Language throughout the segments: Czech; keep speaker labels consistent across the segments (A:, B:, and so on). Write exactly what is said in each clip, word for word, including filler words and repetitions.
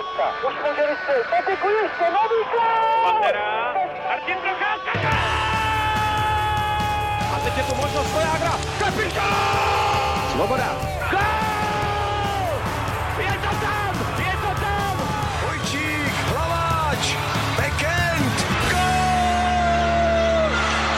A: Procházka. Už může vystřelit. Peteku ještě, nový gól!
B: Pantera. Martin Procházka.
C: A teď je tu možnost Vojágra. Kapitán!
D: Svoboda.
C: Gól! Je to tam! Je to tam!
D: Vojčík, Hlaváč, Bekend. Gól!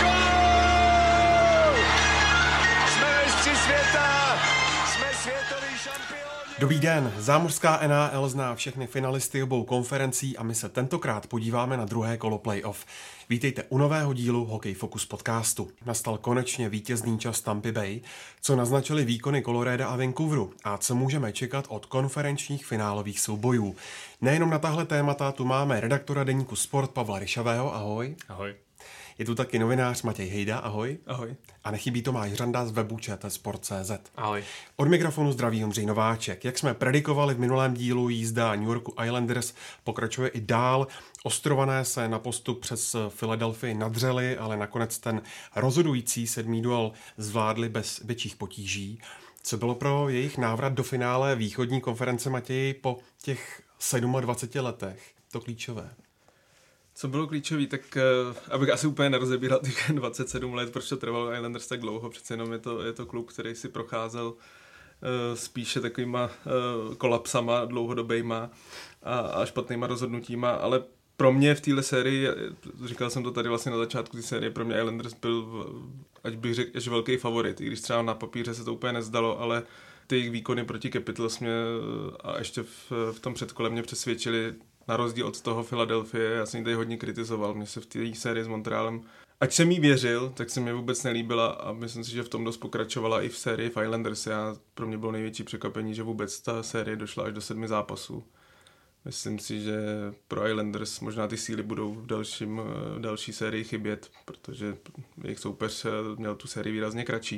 D: Gól! Jsme mistři světa! Jsme světoví šampioni!
E: Dobrý den, zámořská N H L zná všechny finalisty obou konferencí a my se tentokrát podíváme na druhé kolo playoff. Vítejte u nového dílu Hokej Focus podcastu. Nastal konečně vítězný čas Tampy Bay, co naznačili výkony Colorada a Vancouveru a co můžeme čekat od konferenčních finálových soubojů. Nejenom na tahle témata tu máme redaktora deníku Sport Pavla Ryšavého, ahoj.
F: Ahoj.
E: Je tu taky novinář Matěj Hejda, ahoj.
F: Ahoj.
E: A nechybí Tomáš Řanda z webu Č T Sport tečka cé zet.
F: Ahoj.
E: Od mikrofonu zdraví Ondřej Nováček. Jak jsme predikovali v minulém dílu, jízda New Yorku Islanders pokračuje i dál. Ostrované se na postup přes Philadelphii nadřeli, ale nakonec ten rozhodující sedmý duel zvládli bez větších potíží. Co bylo pro jejich návrat do finále východní konference, Matěji, po těch dvaceti sedmi letech to klíčové?
F: Co bylo klíčový, tak uh, abych asi úplně nerozebíral těch dvacet sedm let, proč to trvalo Islanders tak dlouho, přece jenom je to, je to klub, který si procházel uh, spíše takovýma uh, kolapsama dlouhodobejma a, a špatnýma rozhodnutíma, ale pro mě v téhle sérii, říkal jsem to tady vlastně na začátku té série, pro mě Islanders byl, ať bych řekl, že velký favorit, i když třeba na papíře se to úplně nezdalo, ale ty jejich výkony proti Capitals mě a ještě v, v tom předkole mě přesvědčili. Na rozdíl od toho Philadelphia, já jsem ji tady hodně kritizoval, mně se v té sérii s Montrealem, ať jsem jí věřil, tak se mi vůbec nelíbila a myslím si, že v tom dost pokračovala i v sérii v Islanders. Já, pro mě bylo největší překvapení, že vůbec ta série došla až do sedmi zápasů. Myslím si, že pro Islanders možná ty síly budou v, dalším, v další sérii chybět, protože jejich soupeř měl tu sérii výrazně kratší.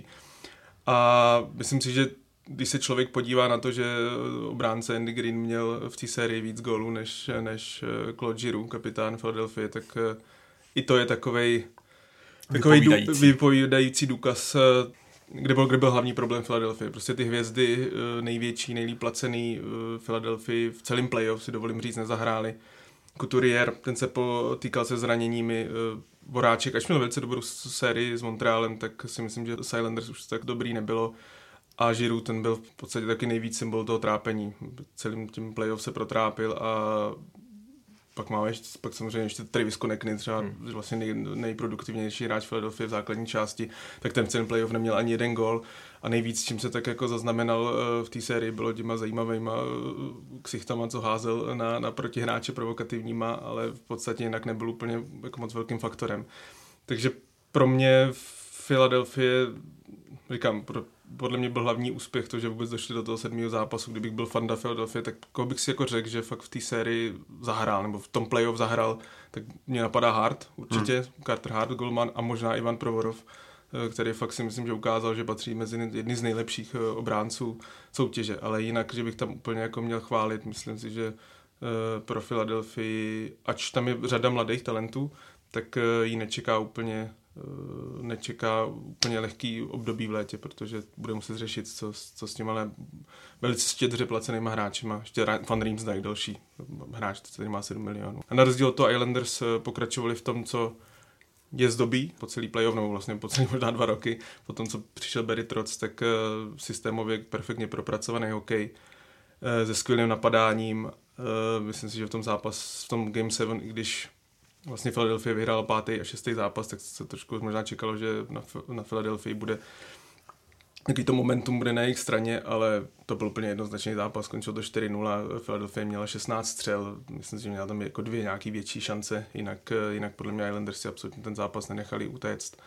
F: A myslím si, že když se člověk podívá na to, že obránce Andy Green měl v té sérii víc gólů než, než Claude Giroux, kapitán Philadelphia, tak i to je takovej, takovej vypovídající. Dů, vypovídající důkaz, kde byl, kde byl hlavní problém Philadelphia. Prostě ty hvězdy největší, nejlíp placený Philadelphia v celém playoff, si dovolím říct, nezahráli. Couturier, ten se potýkal se zraněními, Voráček, až měl velice dobrou sérii s Montrealem, tak si myslím, že Islanders už tak dobrý nebylo. A Giroux, ten byl v podstatě taky nejvíc symbol toho trápení. Celým tím playoff se protrápil a pak máme ještě, pak samozřejmě ještě Travis Konechny, třeba hmm. vlastně nej, nejproduktivnější hráč Philadelphia v základní části, tak ten celý playoff neměl ani jeden gól a nejvíc, čím se tak jako zaznamenal v té sérii, bylo těma zajímavýma ksichtama, co házel na, na protihráče provokativníma, ale v podstatě jinak nebyl úplně jako moc velkým faktorem. Takže pro mě Philadelphia, říkám, pro podle mě byl hlavní úspěch to, že vůbec došli do toho sedmého zápasu. Kdybych byl fanda Philadelphia, tak koho bych si jako řekl, že fakt v té sérii zahrál, nebo v tom playoff zahrál, tak mě napadá Hart, určitě, hmm. Carter Hart, golman a možná Ivan Provorov, který fakt si myslím, že ukázal, že patří mezi jedny z nejlepších obránců soutěže, ale jinak, že bych tam úplně jako měl chválit, myslím si, že pro Philadelphia, ač tam je řada mladých talentů, tak ji nečeká úplně nečeká úplně lehký období v létě, protože bude muset řešit, co, co s těma ale velice štědře placenýma hráčima. Ještě Van Riemsdyk, další hráč, který má sedm milionů. A na rozdíl od toho Islanders pokračovali v tom, co je zdobí po celý playoff, nebo vlastně po celý možná dva roky, po tom, co přišel Barry Trotz, tak systémově perfektně propracovaný hokej se skvělým napadáním. Myslím si, že v tom zápas, v tom Game sedm, i když vlastně Philadelphia vyhrála pátý a šestý zápas, tak se trošku možná čekalo, že na, na Philadelphii bude jaký to momentum bude na jejich straně, ale to byl úplně jednoznačný zápas, skončil to čtyři nula, Philadelphia měla šestnáct střel, myslím si, že měla tam jako dvě nějaký větší šance, jinak, jinak podle mě Islanders si absolutně ten zápas nenechali utéct.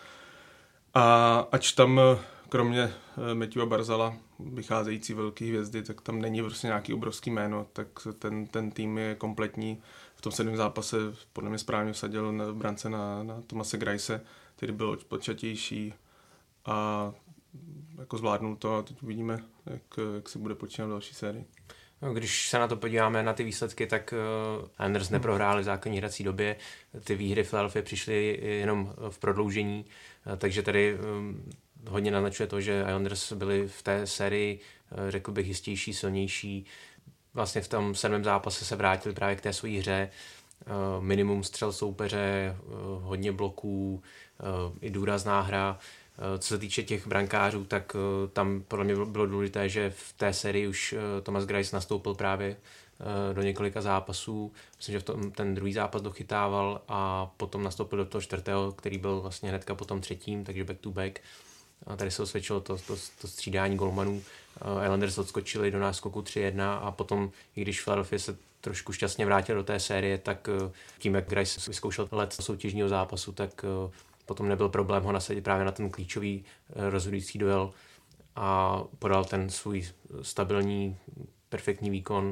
F: A ač tam kromě Matthewa Barzala, vycházející velký hvězdy, tak tam není prostě nějaký obrovský jméno, tak ten, ten tým je kompletní. V tom sedmém zápase podle mě správně vsadil na brance na, na Thomase Grice, který byl počatější a jako zvládnul to a teď uvidíme, jak, jak se bude počínat v další sérii.
G: No, když se na to podíváme, na ty výsledky, tak uh, Anders neprohráli v základní hrací době, ty výhry Philadelphia přišly jenom v prodloužení, uh, takže tady um, hodně naznačuje to, že Islanders byli v té sérii, uh, řekl bych, jistější, silnější. vlastně v tom sedmém zápase se vrátili právě k té své hře. Minimum střel soupeře, hodně bloků, i důrazná hra. Co se týče těch brankářů, tak tam podle mě bylo důležité, že v té sérii už Thomas Greiss nastoupil právě do několika zápasů. Myslím, že v tom, ten druhý zápas dochytával a potom nastoupil do toho čtvrtého, který byl vlastně hnedka po tom třetím, takže back to back. A tady se osvědčilo to, to, to střídání golmanů. Islanders odskočili do náskoku tři jedna a potom, i když Philadelphia se trošku šťastně vrátil do té série, tak tím, jak Greiss vyzkoušel let soutěžního zápasu, tak potom nebyl problém ho nasadit právě na ten klíčový rozhodující duel a podal ten svůj stabilní, perfektní výkon.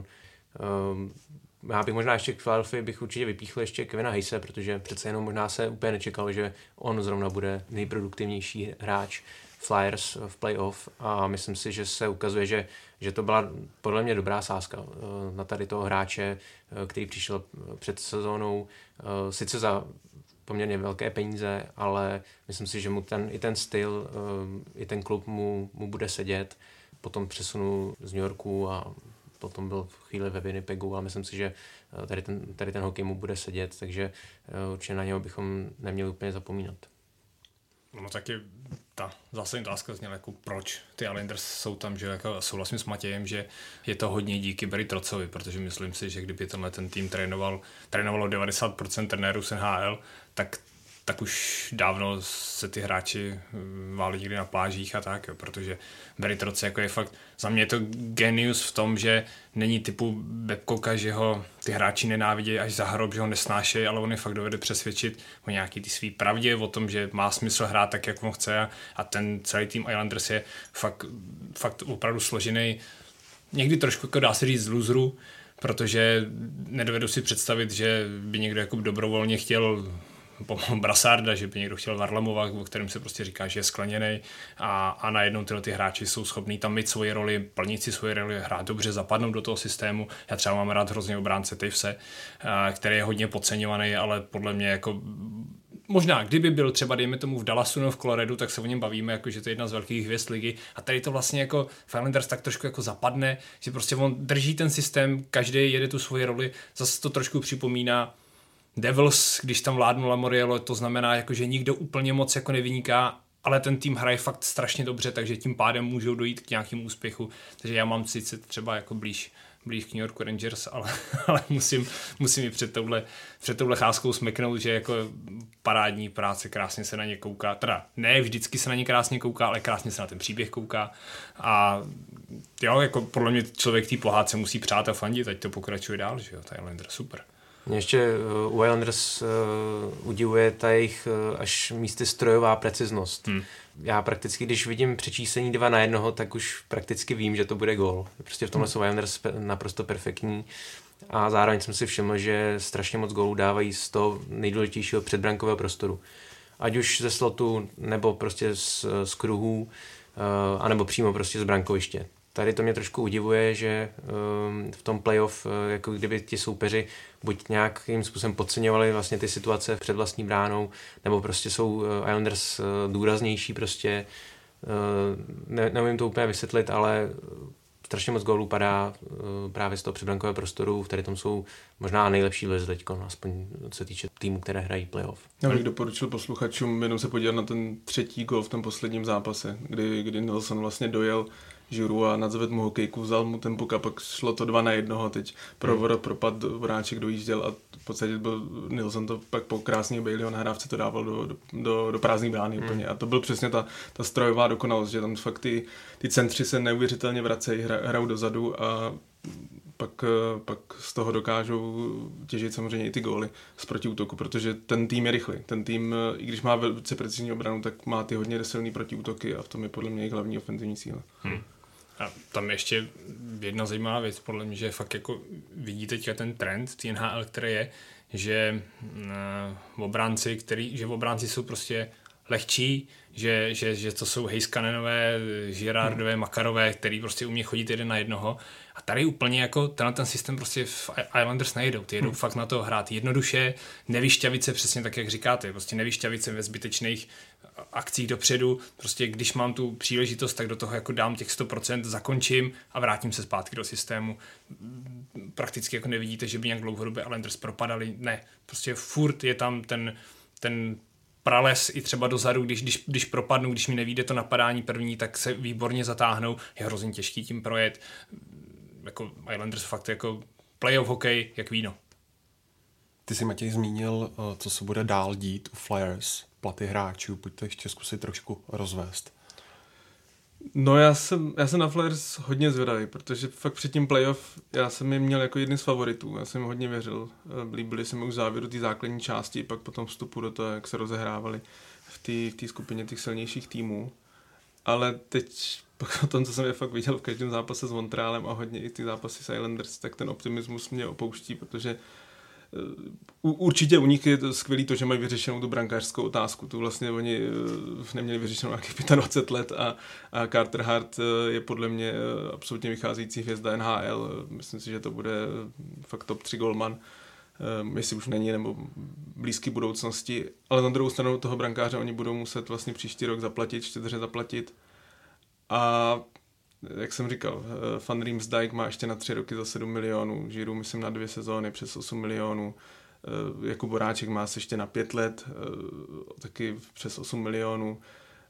G: Já bych možná ještě k Philadelphii bych určitě vypíchl ještě Kevina Hayese, protože přece jenom možná se úplně nečekalo, že on zrovna bude nejproduktivnější hráč Flyers v playoff a myslím si, že se ukazuje, že, že to byla podle mě dobrá sázka na tady toho hráče, který přišel před sezónou, sice za poměrně velké peníze, ale myslím si, že mu ten, i ten styl, i ten klub mu, mu bude sedět. Potom přesunul z New Yorku a potom byl v chvíli ve Winnipegu, ale myslím si, že tady ten, tady ten hokej mu bude sedět, takže určitě na něho bychom neměli úplně zapomínat.
H: No taky ta zásadní otázka zněla, jako proč ty Islanders jsou tam, že jako souhlasím s Matějem, že je to hodně díky Barry Trotzovi, protože myslím si, že kdyby tenhle ten tým trénoval, trénovalo devadesát procent trenérů z N H L, tak tak už dávno se ty hráči váli někdy na plážích a tak, jo, protože Barry Trotz jako je fakt, za mě je to genius v tom, že není typu Babcocka, že ho ty hráči nenávidějí až za hrob, že ho nesnášejí, ale on je fakt dovede přesvědčit o nějaký ty svý pravdě, o tom, že má smysl hrát tak, jak on chce a, a ten celý tým Islanders je fakt, fakt opravdu složený, někdy trošku, jako dá se říct, z loserů, protože nedovedu si představit, že by někdo jako dobrovolně chtěl Brassarda, že by někdo chtěl Varlamova, o kterém se prostě říká, že je skleněnej a, a najednou tyhle ty hráči jsou schopní tam mít svoji roli, plnit si svoji roli, hrát dobře, zapadnout do toho systému. Já třeba mám rád hrozně obránce Tavese, který je hodně podceňovaný, ale podle mě jako možná, kdyby byl třeba, dejme tomu v Dallasu nebo v Coloradu, tak se o něm bavíme, jako, že to je jedna z velkých hvězd ligy. A tady to vlastně jako Islanders tak trošku jako zapadne, že prostě on drží ten systém, každý jede tu svoji roli, zase to trošku připomíná Devils, když tam vládnul Lamoriello, to znamená, jako, že nikdo úplně moc jako nevyniká, ale ten tým hraje fakt strašně dobře, takže tím pádem můžou dojít k nějakému úspěchu. Takže já mám sice třeba jako blíž, blíž k New York Rangers, ale, ale musím, musím i před touhle, před touhle cházkou smeknout, že jako parádní práce, krásně se na ně kouká. Teda ne vždycky se na ně krásně kouká, ale krásně se na ten příběh kouká. A jo, jako podle mě člověk té pohádce musí přát a fandit, ať to pokračuje dál, že jo, Thailander, super.
G: Mě ještě u Islanders uh, udivuje ta jejich uh, až místy strojová preciznost. Hmm. Já prakticky, když vidím přečíslení dva na jednoho, tak už prakticky vím, že to bude gól. Prostě v tomhle hmm. jsou Islanders naprosto perfektní. A zároveň jsem si všiml, že strašně moc gólů dávají z toho nejdůležitějšího předbrankového prostoru. Ať už ze slotu, nebo prostě z, z kruhů, uh, anebo přímo prostě z brankoviště. Tady to mě trošku udivuje, že um, v tom playoff, uh, jako kdyby ti soupeři buď nějakým způsobem podceňovali vlastně ty situace před vlastní bránou, nebo prostě jsou uh, Islanders uh, důraznější prostě. Uh, ne, nevím to úplně vysvětlit, ale strašně moc gólů padá uh, právě z toho předbrankového prostoru, v tady tom jsou možná nejlepší lize teďko, aspoň co se týče týmu, které hrají playoff.
F: Já bych doporučil posluchačům jenom se podívat na ten třetí gól v tom posledním zápase, kdy, kdy Nelson vlastně dojel Žuru a nadzvedl mu hokejku, vzal mu ten puk a pak šlo to dva na jednoho, teď provod hmm. propad, Voráček dojížděl a v podstatě byl Nilsson to pak po krásný Baileyho nahrávce to dával do, do, do, do prázdný brány hmm. úplně a to byl přesně ta, ta strojová dokonalost, že tam fakt ty, ty centři se neuvěřitelně vracejí, hra, hrajou dozadu a pak, pak z toho dokážou těžit samozřejmě i ty góly z protiútoku, protože ten tým je rychlý. Ten tým, i když má velice precizní obranu, tak má ty hodně silný protiútoky a v tom je podle mě jejich hlavní ofenzivní síla. Hmm.
H: A tam ještě jedna zajímavá věc, podle mě, že fakt jako vidí teďka ten trend T N H L, který je, že v obránci, který, že v obránci jsou prostě lehčí, že, že, že to jsou Heiskanenové, Girardové, hmm. Makarové, který prostě umí chodit jeden na jednoho. A tady úplně jako tenhle ten systém prostě v Islanders nejedou. Ty jedou hmm. fakt na to hrát jednoduše, nevyšťavit se přesně tak, jak říkáte. Prostě nevyšťavit se ve zbytečných akcích dopředu. Prostě když mám tu příležitost, tak do toho jako dám těch sto procent, zakončím a vrátím se zpátky do systému. Prakticky jako nevidíte, že by nějak dlouhodobě Islanders propadali. Ne, prostě furt je tam ten, ten prales i třeba dozadu, když, když, když propadnu, když mi nevyjde to napadání první, tak se výborně zatáhnou. Je hrozně těžký tím projet. Jako Islanders fakt jako playoff hokej jak víno.
E: Ty jsi, Matěj, zmínil, co se bude dál dít u Flyers, platy hráčů. Pojďte ještě zkusit trošku rozvést.
F: No já jsem, já jsem na Flyers hodně zvědavý, protože fakt před tím playoff já jsem je měl jako jedny z favoritů. Já jsem jim hodně věřil. Líbili se mi už závěru té základní části, pak potom vstupu do toho, jak se rozehrávali v té v skupině těch silnějších týmů. Ale teď po tom, co jsem je fakt viděl v každém zápase s Montrealem a hodně i ty zápasy s Islanders, tak ten optimismus mě opouští, protože uh, určitě u nich je to skvělý to, že mají vyřešenou tu brankářskou otázku. Tu vlastně oni uh, neměli vyřešenou nějakých dvacet pět let a, a Carter Hart uh, je podle mě uh, absolutně vycházející hvězda N H L. Myslím si, že to bude uh, fakt top tři golman. Um, jestli už není, nebo blízké budoucnosti. Ale na druhou stranu toho brankáře oni budou muset vlastně příští rok zaplatit, štědře zaplatit. A jak jsem říkal, Van Riemsdyk má ještě na tři roky za sedm milionů, Giroux myslím na dvě sezóny přes osm milionů, Jakub Boráček má se ještě na pět let, taky přes osm milionů,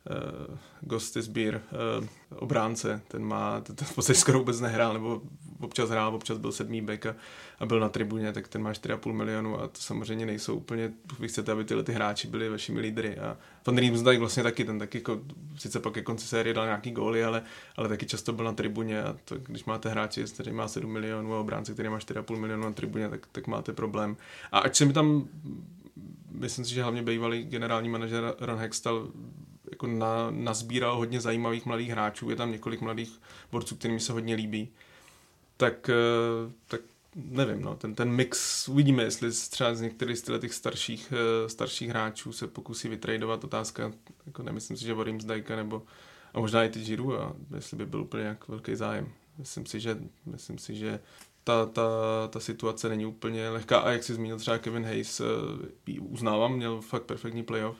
F: Gostisbehere, obránce, ten má, ten v podstatě skoro vůbec nehrál, nebo občas hrál, občas byl sedmý back a, a byl na tribuně, tak ten má čtyři a půl milionu a to samozřejmě nejsou úplně, vy chcete, aby tyhle ty hráči byli vašimi lídry a Van Riemsdyk vlastně taky, ten taky, jako, sice pak ke konci série dal nějaký góly, ale, ale taky často byl na tribuně a to, když máte hráči, který má sedm milionů a obránce, který má čtyři a půl milionu na tribuně, tak, tak máte problém. A ať se mi tam, myslím si, že hlavně bývalý generální manažer Ron Hextall jako na, nazbíral hodně zajímavých mladých hráčů, je tam několik mladých borců, kterým se hodně líbí, tak, tak nevím, no, ten, ten mix, uvidíme, jestli třeba z některých z těch starších, starších hráčů se pokusí vytradovat, otázka, jako nemyslím si, že o Riemsdyka nebo a možná i ty Giroux, a jestli by byl úplně nějak velký zájem. Myslím si, že, myslím si, že ta, ta, ta situace není úplně lehká a jak jsi zmínil třeba Kevin Hayes, uznávám, měl fakt perfektní playoff,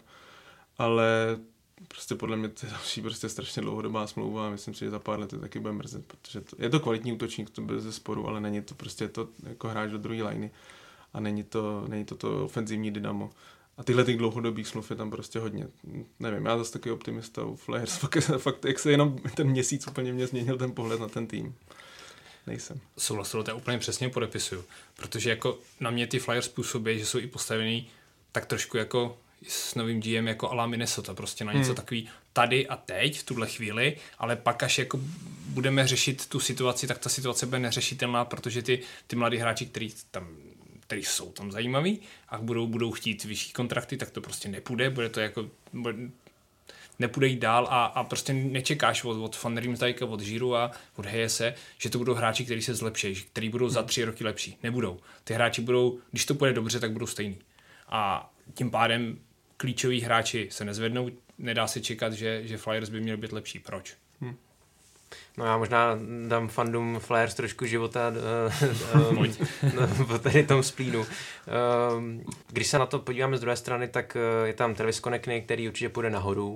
F: ale prostě podle mě to je další prostě strašně dlouhodobá smlouva a myslím si, že za pár let to taky bude mrzet, protože to, je to kvalitní útočník, to bez zesporu, ale není to prostě to jako hráč do druhé liney a není to, není to to ofenzivní dynamo. A tyhle těch dlouhodobých smluv je tam prostě hodně. Nevím, já zase taky optimista u Flyers, fakt, fakt jak se jenom ten měsíc úplně mě změnil ten pohled na ten tým. Nejsem.
H: Souhlasil, to úplně přesně podepisuju, protože jako na mě ty Flyers působí, že jsou i postavený tak trošku jako s novým G M jako a la Minnesota, prostě na něco hmm. takový tady a teď, v tuhle chvíli, ale pak až jako budeme řešit tu situaci, tak ta situace bude neřešitelná, protože ty, ty mladí hráči, který tam který jsou tam zajímaví a budou, budou chtít vyšší kontrakty, tak to prostě nepůjde, bude to jako bude, nepůjde jít dál a, a prostě nečekáš od, od Van Riemsdyka, od Giroux a od Hayese, že to budou hráči, kteří se zlepší, kteří budou za tři roky lepší. Nebudou. Ty hráči budou, když to půjde dobře, tak budou stejný. A tím pádem klíčoví hráči se nezvednou, nedá se čekat, že, že Flyers by měl být lepší. Proč? Hmm.
G: No já možná dám fandom Flyers trošku života uh, um, po tady tom splínu. Uh, když se na to podíváme z druhé strany, tak uh, je tam Travis Konecny, který určitě půjde nahoru.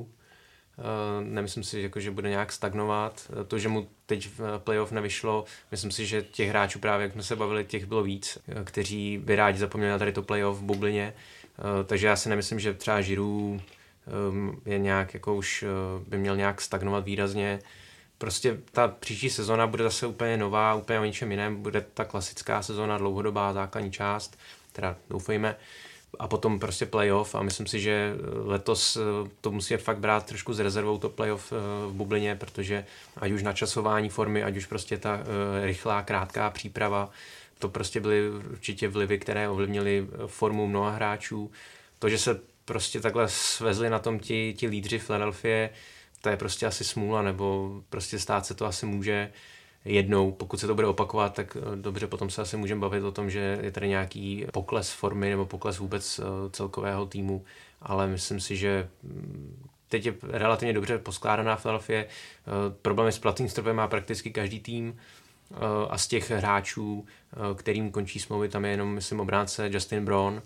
G: Uh, nemyslím si, jako, že bude nějak stagnovat. To, že mu teď v playoff nevyšlo, myslím si, že těch hráčů právě, jak jsme se bavili, těch bylo víc, kteří by rádi zapomněli na tady to playoff v bublině. Uh, takže já si nemyslím, že třeba Giroux um, je nějak, jako už uh, by měl nějak stagnovat výrazně. Prostě ta příští sezona bude zase úplně nová, úplně o ničem jiném, bude ta klasická sezona, dlouhodobá základní část, teda doufejme, a potom prostě playoff a myslím si, že letos to musí fakt brát trošku s rezervou to playoff v bublině, protože ať už načasování formy, ať už prostě ta rychlá, krátká příprava, to prostě byly určitě vlivy, které ovlivnily formu mnoha hráčů. To, že se prostě takhle svezli na tom ti, ti lídři v Philadelphii, to je prostě asi smůla, nebo prostě stát se to asi může jednou. Pokud se to bude opakovat, tak dobře, potom se asi můžeme bavit o tom, že je tady nějaký pokles formy nebo pokles vůbec celkového týmu, ale myslím si, že teď je relativně dobře poskládaná Philadelphia. Problémy s platným stropem má prakticky každý tým a z těch hráčů, kterým končí smlouvy, tam je jenom, myslím, obránce Justin Braun,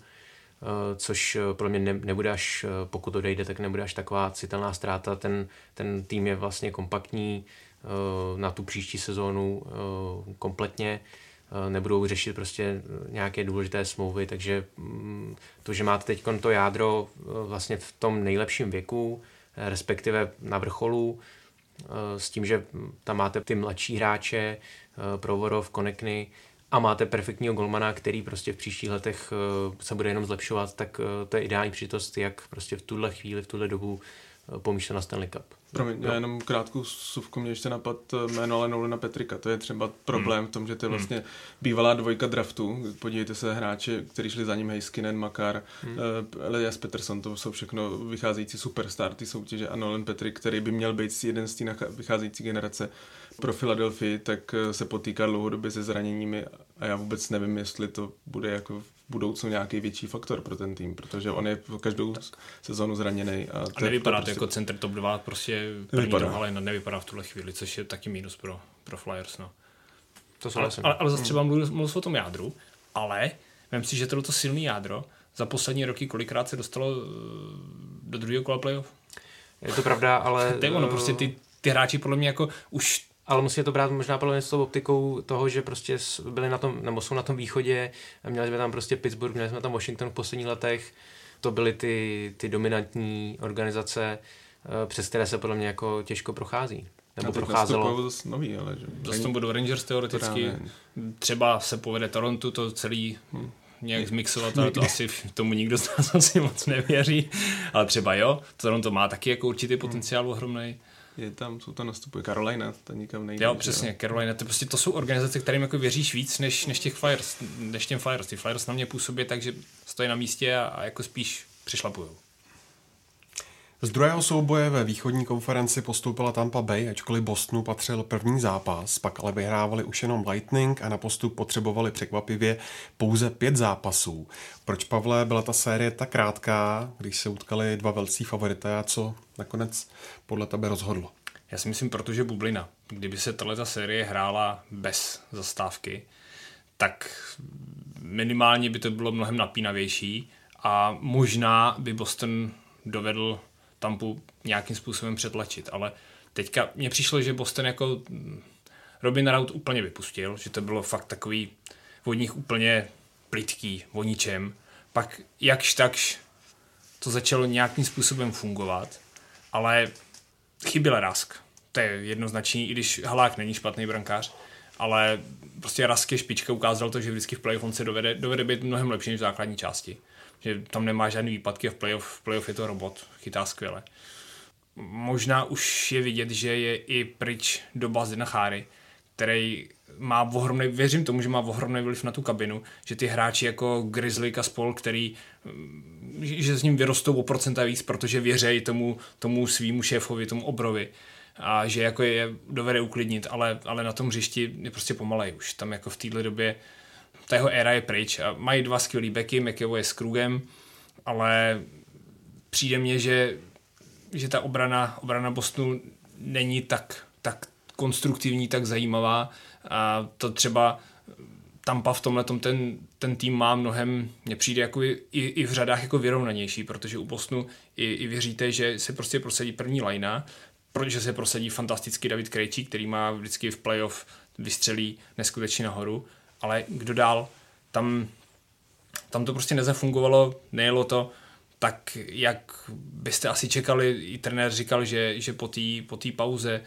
G: což pro mě nebude až, pokud odejde, tak nebude až taková citelná ztráta. Ten, ten tým je vlastně kompaktní na tu příští sezónu kompletně. Nebudou řešit prostě nějaké důležité smlouvy, takže to, že máte teď to jádro vlastně v tom nejlepším věku, respektive na vrcholu, s tím, že tam máte ty mladší hráče, Provorov, Konechny, a máte perfektního golmana, který prostě v příštích letech se bude jenom zlepšovat, tak to je ideální příležitost, jak prostě v tuhle chvíli, v tuhle dobu pomýšlet na Stanley Cup.
F: Promiň, já jenom krátkou suvku mě ještě napad jméno ale Nolana Petrika. To je třeba problém hmm. v tom, že to je vlastně bývalá dvojka draftu. Podívejte se, hráči, kteří šli za ním, Heiskinen, Makar, hmm. Elias Pettersson, to jsou všechno vycházející superstar ty soutěže, a Nolan Patrick, který by měl být jeden z té vycházející generace pro Philadelphii, tak se potýká dlouhodobě se zraněními a já vůbec nevím, jestli to bude jako v budoucnu nějaký větší faktor pro ten tým, protože on je každou sezónu zraněný. A,
H: a nevypadá to prostě jako center top dva, prostě první druhá, nevypadá v tuhle chvíli, což je taky mínus pro, pro Flyers. No.
G: To
H: ale, ale, ale zase třeba mluvil, mluvil o tom jádru, ale vem si, že tohleto silný jádro za poslední roky kolikrát se dostalo do druhého kola playoff.
G: Je to pravda, ale...
H: To je ono, prostě ty, ty hráči podle mě jako už...
G: Ale musí to brát možná podle mě s tou optikou toho, že prostě byli na tom, nebo jsou na tom východě, měli jsme tam prostě Pittsburgh, měli jsme tam Washington v posledních letech, to byly ty, ty dominantní organizace, přes které se podle mě jako těžko prochází. Nebo procházelo.
F: Zase nový, ale že...
H: Zase to budou Rangers teoreticky, třeba se povede Toronto, to celý hmm. nějak zmixovat, ale to asi tomu nikdo z nás asi moc nevěří, ale třeba jo, Toronto má taky jako určitý potenciál hmm. ohromnej.
F: Je tam, jsou tam nastupuje Carolina, ta nikam nejde.
H: Jo, přesně, jo. Carolina, to, prostě, to jsou organizace, kterým jako věříš víc, než, než těch Flyers, než těm Flyers. Ty Flyers na mě působí tak, že stojí na místě a, a jako spíš přišlapujou.
E: Z druhého souboje ve východní konferenci postoupila Tampa Bay, ačkoliv Bostonu patřil první zápas, pak ale vyhrávali už jenom Lightning a na postup potřebovali překvapivě pouze pět zápasů. Proč, Pavle, byla ta série tak krátká, když se utkali dva velcí favorité, a co nakonec podle tebe rozhodlo?
H: Já si myslím, protože bublina. Kdyby se tato série hrála bez zastávky, tak minimálně by to bylo mnohem napínavější a možná by Boston dovedl Tampu nějakým způsobem přetlačit, ale teďka mně přišlo, že Boston jako Robin Rout úplně vypustil, že to bylo fakt takový od nich úplně plytký, o ničem. Pak jakž takž to začalo nějakým způsobem fungovat, ale chyběl Rask. To je jednoznačný, i když Halák není špatný brankář, ale prostě Rask je špička, ukázal to, že vždycky v playoff on se dovede, dovede být mnohem lepší než v základní části. Že tam nemá žádný výpadky a v playoff, v playoff je to robot, chytá skvěle. Možná už je vidět, že je i pryč doba Zdena Cháry, který má ohromný, věřím tomu, že má ohromný vliv na tu kabinu, že ty hráči jako Grizzly a spol, který, že s ním vyrostou o procenta víc, protože věřejí tomu, tomu svýmu šéfovi, tomu Obrovi, a že jako je dovede uklidnit, ale, ale na tom hřišti je prostě pomalej už. Tam jako v této době ta jeho éra je pryč a mají dva skvělý backy, McAvoy s Krugem, ale přijde mně, že, že ta obrana, obrana Bostonu není tak, tak konstruktivní, tak zajímavá a to třeba Tampa v tomhletom ten, ten tým má mnohem, mně přijde jako i, i v řadách jako vyrovnanější, protože u Bostonu i, i věříte, že se prostě prosadí první lajna, protože se prosadí fantastický David Krejčí, který má vždycky v playoff vystřelí neskutečně nahoru, ale kdo dál, tam, tam to prostě nezafungovalo, nejelo to tak, jak byste asi čekali. I trenér říkal, že, že po té po té pauze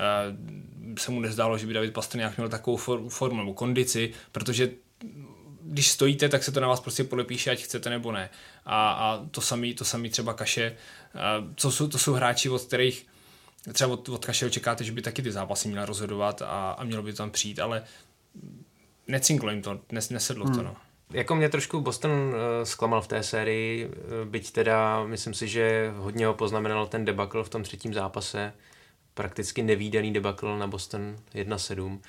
H: uh, se mu nezdálo, že by David Pastrňák měl takovou for, formu nebo kondici, protože když stojíte, tak se to na vás prostě podepíše, ať chcete nebo ne. A, a to samý, to samý třeba Kaše, uh, co jsou, to jsou hráči, od kterých třeba od, od Kaše očekáte, že by taky ty zápasy měl rozhodovat a, a mělo by to tam přijít, ale necinklo jim to, nes, nesedlo hmm. to, no.
G: Jako mě trošku Boston uh, zklamal v té sérii, uh, byť teda myslím si, že hodně ho poznamenal ten debakl v tom třetím zápase, prakticky nevídaný debakl na Boston jedna sedm.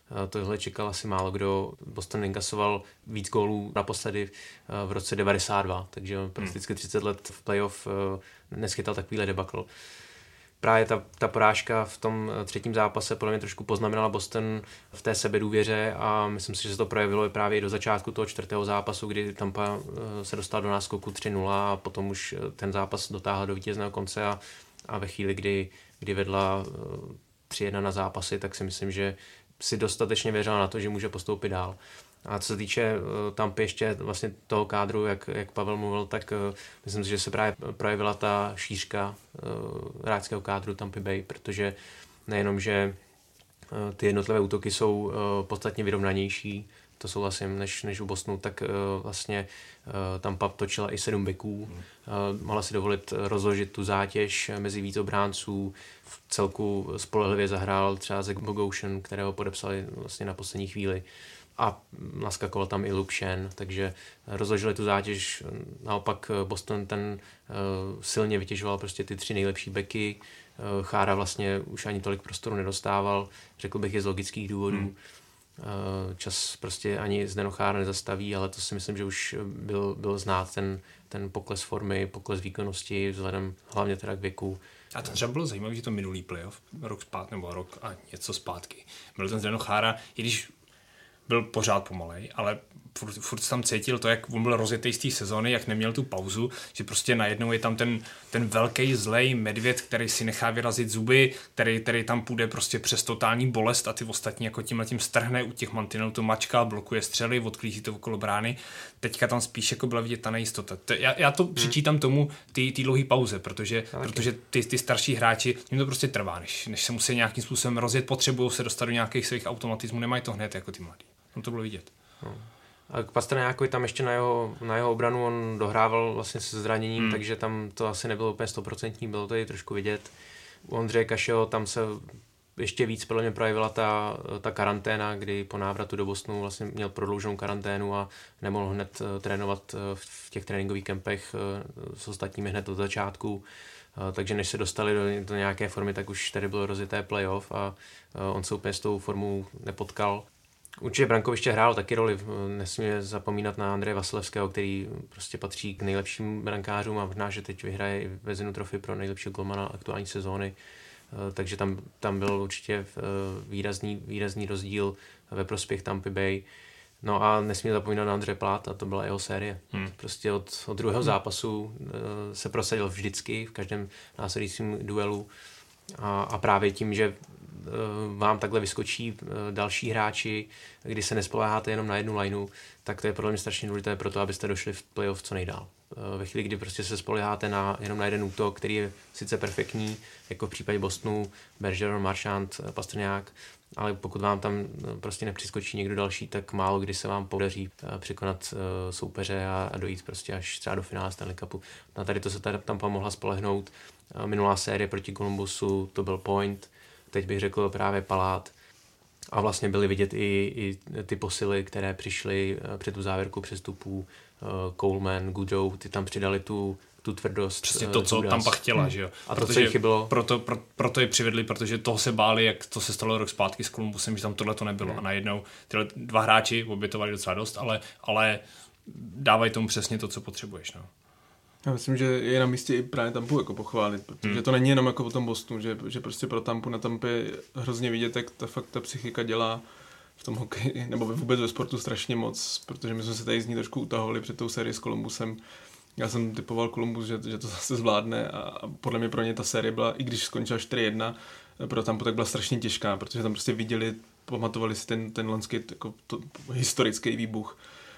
G: Tohle čekal asi málo kdo. Boston inkasoval víc gólů naposledy v roce devadesát dva, takže on prakticky třicet let v playoff neschytal takovýhle debakl. Právě ta, ta porážka v tom třetím zápase podle mě trošku poznamenala Boston v té sebedůvěře a myslím si, že se to projevilo právě i do začátku toho čtvrtého zápasu, kdy Tampa se dostal do náskoku tři nula a potom už ten zápas dotáhla do vítězného konce a, a ve chvíli, kdy, kdy vedla tři jedna na zápasy, tak si myslím, že si dostatečně věřila na to, že může postoupit dál. A co se týče uh, Tampy ještě vlastně toho kádru, jak, jak Pavel mluvil, tak uh, myslím si, že se právě projevila ta šířka uh, hráčského kádru Tampy Bay, protože nejenom, že uh, ty jednotlivé útoky jsou uh, podstatně vyrovnanější, to souhlasím, než, než u Bostonu, tak uh, vlastně uh, Tampa točila i sedm beků, hmm. uh, mohla si dovolit rozložit tu zátěž mezi víc obránců, v celku spolehlivě zahrál třeba Zach Bogosian, kterého podepsali vlastně na poslední chvíli. A naskakoval tam i Luke Shen, takže rozložili tu zátěž. Naopak Boston ten uh, silně vytěžoval prostě ty tři nejlepší beky. Uh, Chára vlastně už ani tolik prostoru nedostával, řekl bych je z logických důvodů. Hmm. Uh, čas prostě ani Zdeno Chára nezastaví, ale to si myslím, že už byl, byl znát ten, ten pokles formy, pokles výkonnosti, vzhledem hlavně teda k věku.
H: A to třeba bylo zajímavé, že to minulý playoff, rok zpátky, nebo rok a něco zpátky. Byl ten Zdeno Chára, i když byl pořád pomalej, ale furt, furt tam cítil to, jak on byl rozjetý z té sezóny, jak neměl tu pauzu, že prostě najednou je tam ten, ten velký zlej medvěd, který si nechá vyrazit zuby, který, který tam půjde prostě přes totální bolest a ty ostatní jako tímhletím strhne u těch mantinelů, to mačka, blokuje střely, odklízí to okolo brány. Teďka tam spíš jako byla vidět ta nejistota. Já, já to hmm. přičítám tomu ty, ty dlouhé pauze, protože, protože ty, ty starší hráči, jim to prostě trvá, než, než se musí nějakým způsobem rozjet, potřebují se dostat do nějakých svých automatismů, nemají to hned jako ty mladí. No to bylo vidět.
G: No. A k Pastrňákovi tam ještě na jeho, na jeho obranu on dohrával vlastně se zraněním, hmm. takže tam to asi nebylo úplně stoprocentní, bylo to i trošku vidět. U Ondřeje Kašeho tam se ještě víc podle mě projevila ta, ta karanténa, kdy po návratu do Bostonu vlastně měl prodlouženou karanténu a nemohl hned trénovat v těch tréninkových kempech s ostatními hned od začátku. Takže než se dostali do, do nějaké formy, tak už tady bylo rozjeté playoff a on se úplně s tou formou nepotkal. Určitě brankoviště hrál taky roli, nesmíme zapomínat na Andreje Vasilevského, který prostě patří k nejlepším brankářům a možná, že teď vyhraje i Vezinu trofy pro nejlepšího golmana aktuální sezóny, takže tam, tam byl určitě výrazný, výrazný rozdíl ve prospěch Tampa Bay. No a nesmíme zapomínat na Andreje Plát a to byla jeho série. Hmm. Prostě od, od druhého hmm. zápasu se prosadil vždycky v každém následujícím duelu a, a právě tím, že vám takhle vyskočí další hráči, kdy se nespoléháte jenom na jednu lineu, tak to je podle mě strašně důležité pro to, abyste došli v playoff co nejdál. Ve chvíli, kdy prostě se spoléháte na, jenom na jeden útok, který je sice perfektní, jako v případě Bostonu, Bergeron, Marchand, Pastrňák, ale pokud vám tam prostě nepřiskočí někdo další, tak málo kdy se vám podaří překonat soupeře a, a dojít prostě až třeba do finále Stanley Cupu. Na tady to se tady Tampa mohla spolehnout. Minulá série proti Columbusu to byl Point, teď bych řekl právě Palát. A vlastně byly vidět i, i ty posily, které přišly před tu závěrku přestupů. Coleman, Goodrow, ty tam přidali tu, tu tvrdost.
H: Přesně to, co Tampa chtěla, hmm. že jo.
G: A to, co jich chybilo.
H: Proto, pro, proto je přivedli, protože toho se báli, jak to se stalo rok zpátky s Columbusem, že tam tohle to nebylo. Hmm. A najednou tyhle dva hráči obětovali docela dost, ale, ale dávají tomu přesně to, co potřebuješ, no.
F: Já myslím, že je na místě i právě Tampu jako pochválit, protože hmm. to není jenom jako o tom Bostonu, že, že prostě pro Tampu na Tampě hrozně vidět, jak ta fakt ta psychika dělá v tom hokeji, nebo vůbec ve sportu strašně moc, protože my jsme se tady z ní trošku utahovali před tou sérii s Columbusem. Já jsem typoval Columbus, že, že to zase zvládne a, a podle mě pro ně ta série byla, i když skončila čtyři jedna, pro Tampu tak byla strašně těžká, protože tam prostě viděli, pamatovali si ten, ten loňský jako to, historický výbuch.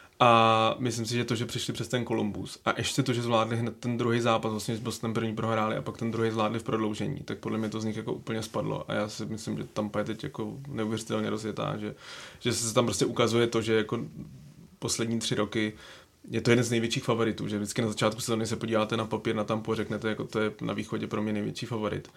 F: A myslím si, že to, že přišli přes ten Columbus a ještě to, že zvládli hned ten druhý zápas, vlastně s Bostonem první prohráli a pak ten druhý zvládli v prodloužení, tak podle mě to z nich jako úplně spadlo a já si myslím, že Tampa je teď jako neuvěřitelně rozjetá, že, že se tam prostě ukazuje to, že jako poslední tři roky je to jeden z největších favoritů, že vždycky na začátku sezóny se podíváte na papír na Tampu a řeknete, jako to je na východě pro mě největší favorit.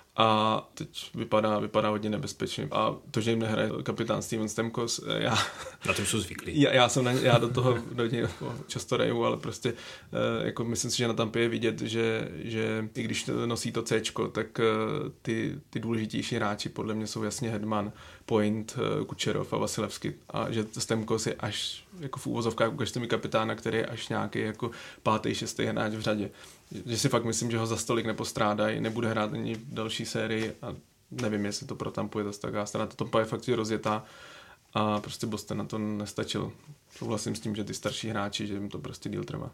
F: A teď vypadá, vypadá hodně nebezpečně. A to, že jim nehraje kapitán Steven Stamkos, já...
H: Na tom jsou zvyklí.
F: Já, já, jsem na, já do toho do něj často reju, ale prostě jako myslím si, že na Tampě je vidět, že, že i když nosí to Cčko, tak ty, ty důležitější hráči podle mě jsou jasně Hedman, Point, Kučerov a Vasilevský a že Stamkos je až jako v úvozovkách, ukažte mi kapitána, který je až nějaký jako pátý, šestý hráč v řadě. Že si fakt myslím, že ho za stolik nepostrádají, nebude hrát ani v další sérii a nevím, jestli to protampuje zase taková strana. Ta Tampa je fakt rozjetá a prostě Boston na to nestačil. Souhlasím s tím, že ty starší hráči, že jim to prostě díl trvá.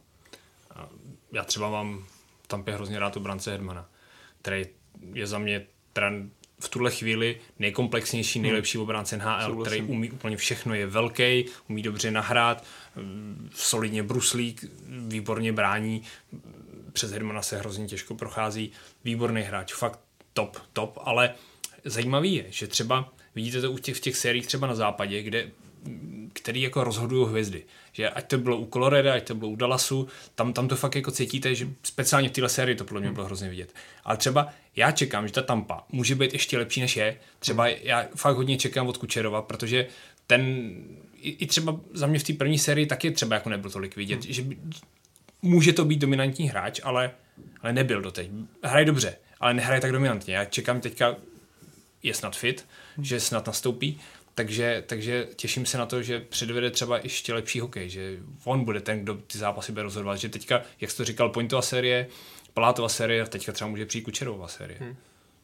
H: Já třeba mám v Tampě hrozně rád obránce Hedmana, který je za mě trend v tuhle chvíli nejkomplexnější, nejlepší obránce N H L, Souhlasím. Který umí úplně všechno, je velký, umí dobře nahrát, solidně bruslí, výborně brání, přes Hedmana se hrozně těžko prochází, výborný hráč, fakt top, top, ale zajímavý je, že třeba vidíte to u těch, v těch sériích třeba na západě, kde který jako rozhodují hvězdy. Že ať to bylo u Colorada, ať to bylo u Dallasu, tam, tam to fakt jako cítíte, že speciálně v téhle sérii to podle mě bylo hrozně vidět. Ale třeba já čekám, že ta Tampa může být ještě lepší než je. Třeba já fakt hodně čekám od Kučerova, protože ten i, i třeba za mě v té první sérii taky třeba jako nebyl tolik vidět, hmm. že by, může to být dominantní hráč, ale, ale nebyl doteď. Hraje dobře, ale nehraje tak dominantně. Já čekám teďka, je snad fit, hmm. že snad nastoupí, Takže, takže těším se na to, že předvede třeba ještě lepší hokej, že on bude ten, kdo ty zápasy bude rozhodovat, že teďka, jak jsi to říkal, Pointová série, Palátová série, teďka třeba může přijít Kučerová série. Hmm.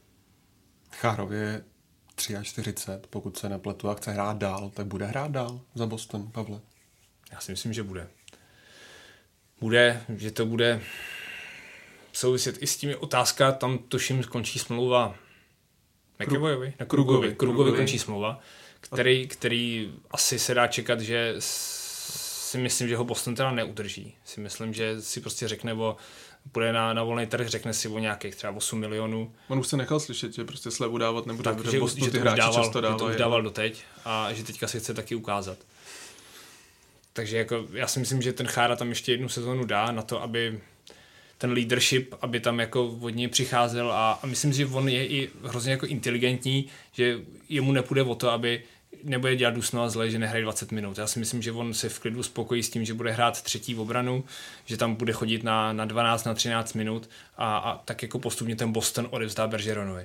E: Chárově je čtyřicet tři, pokud se nepletu a chce hrát dál, tak bude hrát dál za Boston, Pavle?
H: Já si myslím, že bude. Bude, že to bude souviset i s tím otázka, tam tuším skončí smlouva McAvoyovi, na Krugovi, Krugovi končí smlouva, který, který asi se dá čekat, že si myslím, že ho Boston teda neudrží. Si myslím, že si prostě řekne o, půjde na, na volný trh, řekne si o nějakých třeba osm milionů.
F: On už se nechal slyšet, že prostě slevu dávat nebude,
H: tak, že, Boston že ty hráči dával, často dávají. Že to už dával doteď a že teďka si chce taky ukázat. Takže jako, já si myslím, že ten Chára tam ještě jednu sezonu dá na to, aby ten leadership, aby tam jako od něj přicházel a, a myslím si, že on je i hrozně jako inteligentní, že jemu nepůjde o to, aby nebude dělat dusno a zle, že nehraje dvacet minut. Já si myslím, že on se v klidu spokojí s tím, že bude hrát třetí v obranu, že tam bude chodit na, na dvanáct, na třináct minut a, a tak jako postupně ten Boston odevzdá Bergeronovi.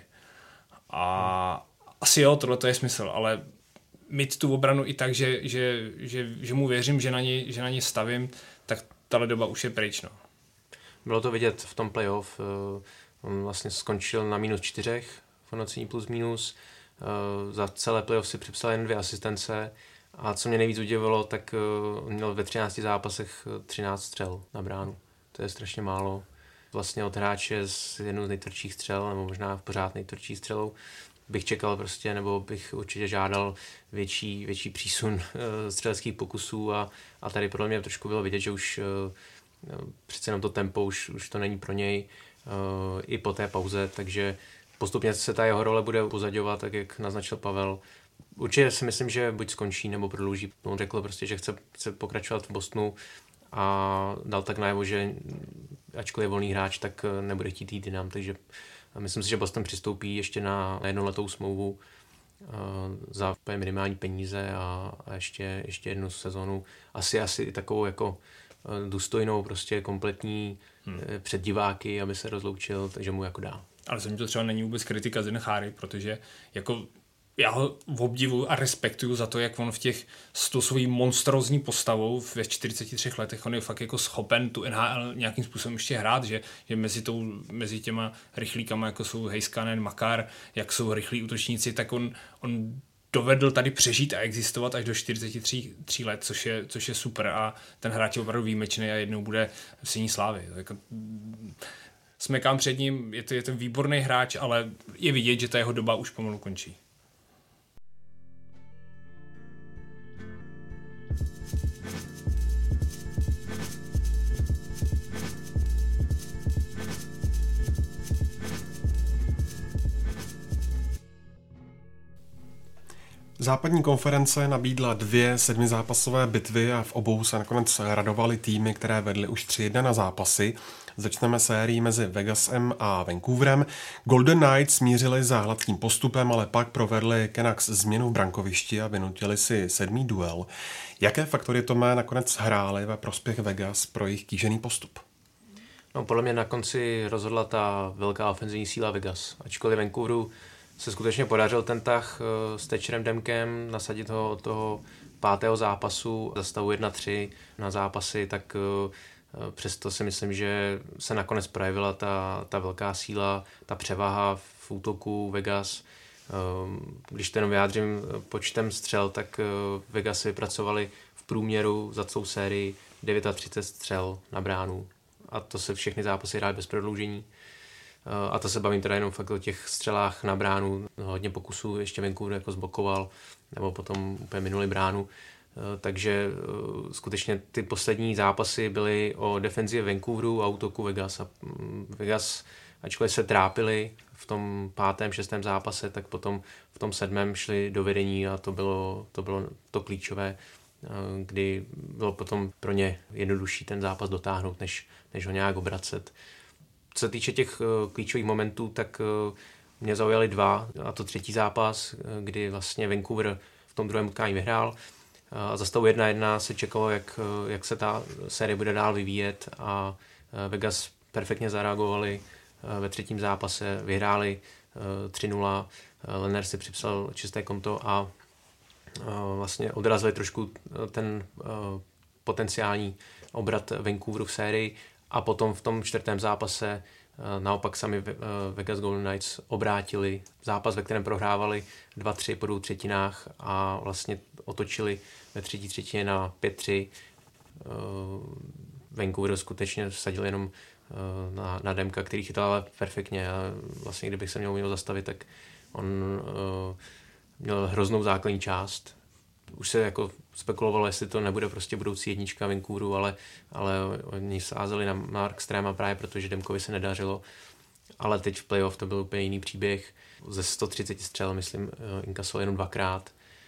H: A asi jo, tohle to je smysl, ale mít tu obranu i tak, že, že, že, že mu věřím, že na ně, že na ně stavím, tak tahle doba už je pryč. No.
G: Bylo to vidět v tom playoff, on vlastně skončil na minus čtyřech v hodnocení plus minus, za celé playoff si připsal jen dvě asistence a co mě nejvíc udivilo, tak měl ve třinácti zápasech třináct střel na bránu. To je strašně málo. Vlastně od hráče s jednou z nejtvrdších střel, nebo možná pořád nejtvrdší střelou, bych čekal prostě, nebo bych určitě žádal větší, větší přísun střeleckých pokusů a, a tady podle mě trošku bylo vidět, že už přece jenom to tempo už, už to není pro něj uh, i po té pauze, takže postupně se ta jeho role bude upozaďovat, tak jak naznačil Pavel. Určitě si myslím, že buď skončí nebo prodlouží. On řekl prostě, že chce, chce pokračovat v Bostonu a dal tak najevo, že ačkoliv je volný hráč, tak nebude chtít jít jinam, takže myslím si, že Boston přistoupí ještě na, na jednoletou smlouvu uh, za minimální peníze a, a ještě, ještě jednu sezonu. Asi, asi takovou jako důstojnou, prostě kompletní hmm. před diváky, aby se rozloučil, takže mu jako dá.
H: Ale za mě to třeba není vůbec kritika Zdena Cháry, protože jako já ho obdivuju a respektuju za to, jak on v těch s tou svojí monstrózní postavou ve čtyřiceti třech letech on je fakt jako schopen tu N H L nějakým způsobem ještě hrát, že, že mezi, tou, mezi těma rychlíkama, jako jsou Heiskanen, Makar, jak jsou rychlí útočníci, tak on, on dovedl tady přežít a existovat až do čtyřiceti tří let, což je, což je super a ten hráč je opravdu výjimečný a jednou bude v síní slávy. Jako, smekám před ním, je to, je to výborný hráč, ale je vidět, že ta jeho doba už pomalu končí.
E: Západní konference nabídla dvě sedmizápasové bitvy a v obou se nakonec radovaly týmy, které vedly už tři jedna na zápasy. Začneme sérii mezi Vegasem a Vancouverem. Golden Knights smířili za hladkým postupem, ale pak provedli Canucks změnu v brankovišti a vynutili si sedmý duel. Jaké faktory to má nakonec hrály ve prospěch Vegas pro jejich kýžený postup?
G: No, podle mě na konci rozhodla ta velká ofenzivní síla Vegas. Ačkoliv Vancouveru se skutečně podařil ten tah s Thatcherem Demkem, nasadit ho od toho pátého zápasu za stavu jedna tři na zápasy, tak přesto si myslím, že se nakonec projevila ta, ta velká síla, ta převaha v útoku Vegas. Když to jenom vyjádřím počtem střel, tak Vegas vypracovali v průměru za celou sérii třicet devět střel na bránu. A to se všechny zápasy hrály bez prodloužení. A to se bavím teda jenom fakt o těch střelách na bránu. Hodně pokusů ještě Vancouver jako zblokoval, nebo potom úplně minuli bránu. Takže skutečně ty poslední zápasy byly o defenzivě Vancouveru a útoku Vegas. A Vegas, ačkoliv se trápili v tom pátém, šestém zápase, tak potom v tom sedmém šli do vedení a to bylo to, bylo to klíčové, kdy bylo potom pro ně jednodušší ten zápas dotáhnout, než, než ho nějak obracet. Co se týče těch klíčových momentů, tak mě zaujaly dva, a to třetí zápas, kdy vlastně Vancouver v tom druhém utkání vyhrál. A za stavu jedna jedna se čekalo, jak, jak se ta série bude dál vyvíjet a Vegas perfektně zareagovali ve třetím zápase, vyhráli tři nula, Lehner si připsal čisté konto a vlastně odrazili trošku ten potenciální obrat Vancouveru v sérii a potom v tom čtvrtém zápase naopak sami Vegas Golden Knights obrátili zápas, ve kterém prohrávali dva tři po dvou třetinách a vlastně otočili ve třetí třetině na pět tři. Vancouver skutečně vsadil jenom na, na Demka, který chytal ale perfektně a vlastně kdybych se měl měl zastavit, tak on uh, měl hroznou základní část. Už se jako spekulovalo, jestli to nebude prostě budoucí jednička Vancouveru, ale, ale oni sázeli na Mark Strema právě, protože Demkovi se nedařilo. Ale teď v playoff to byl úplně jiný příběh. Ze sto třicet střel, myslím, inkasoval jenom dvakrát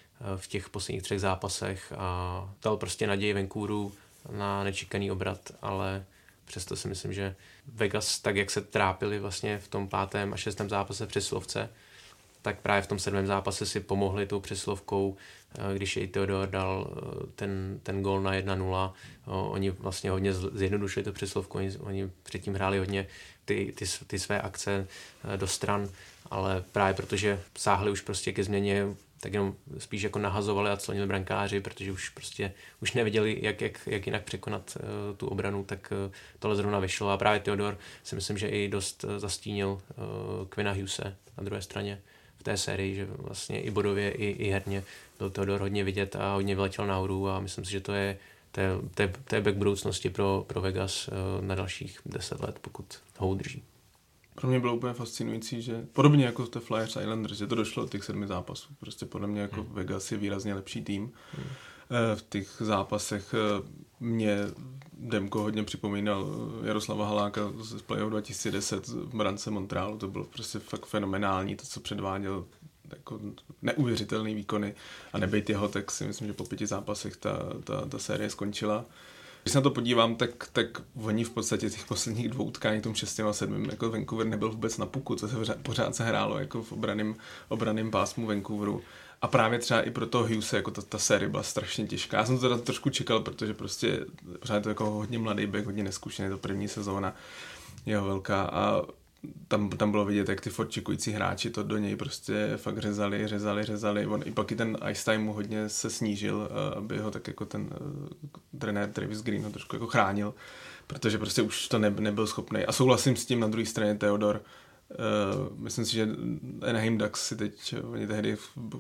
G: v těch posledních třech zápasech a dal prostě naději Vancouveru na nečekaný obrat, ale přesto si myslím, že Vegas, tak jak se trápili vlastně v tom pátém a šestém zápase přesilovce, tak právě v tom sedmém zápase si pomohli tou přesilovkou, když jej Theodor dal ten, ten gól na jedna nula. Oni vlastně hodně zjednodušili tu přesilovku, oni, oni předtím hráli hodně ty, ty, ty své akce do stran, ale právě protože sáhli už prostě ke změně, tak jenom spíš jako nahazovali a clonili brankáři, protože už prostě už nevěděli, jak, jak, jak jinak překonat uh, tu obranu, tak uh, tohle zrovna vyšlo a právě Theodor si myslím, že i dost uh, zastínil uh, Quinna Hughese na druhé straně v té sérii, že vlastně i bodově, i, i herně byl Theodor hodně vidět a hodně vyletěl nahoru a myslím si, že to je to je, to je, to je back budoucnosti pro, pro Vegas uh, na dalších deset let, pokud ho udrží.
F: Pro mě bylo úplně fascinující, že podobně jako v té Flyers Islanders, že to došlo od těch sedmi zápasů. Prostě podle mě jako hmm. Vegas je výrazně lepší tým. Hmm. V těch zápasech mě Demko hodně připomínal Jaroslava Haláka z playoff dva tisíce deset v brance Montrealu. To bylo prostě fakt fenomenální, to, co předváděl, jako neuvěřitelný výkony a nebejt jeho, tak si myslím, že po pěti zápasech ta, ta, ta série skončila. Když se na to podívám, tak, tak oni v podstatě těch posledních dvou utkání, tom šestém a sedmém, jako Vancouver nebyl vůbec na puku, co se pořád, pořád se hrálo jako v obraném, obraném pásmu Vancouveru. A právě třeba i pro toho Hughese, jako ta, ta série byla strašně těžká. Já jsem to teda trošku čekal, protože prostě pořád je to jako hodně mladý back, hodně neskušený, to první sezóna jeho velká a tam, tam bylo vidět, jak ty forčikující hráči to do něj prostě fakt řezali, řezali, řezali. On i pak i ten ice time mu hodně se snížil, aby ho tak jako ten uh, trenér Travis Green ho trošku jako chránil, protože prostě už to ne, nebyl schopný. A souhlasím s tím na druhé straně Theodor. Uh, myslím si, že Anaheim Ducks si teď, oni tehdy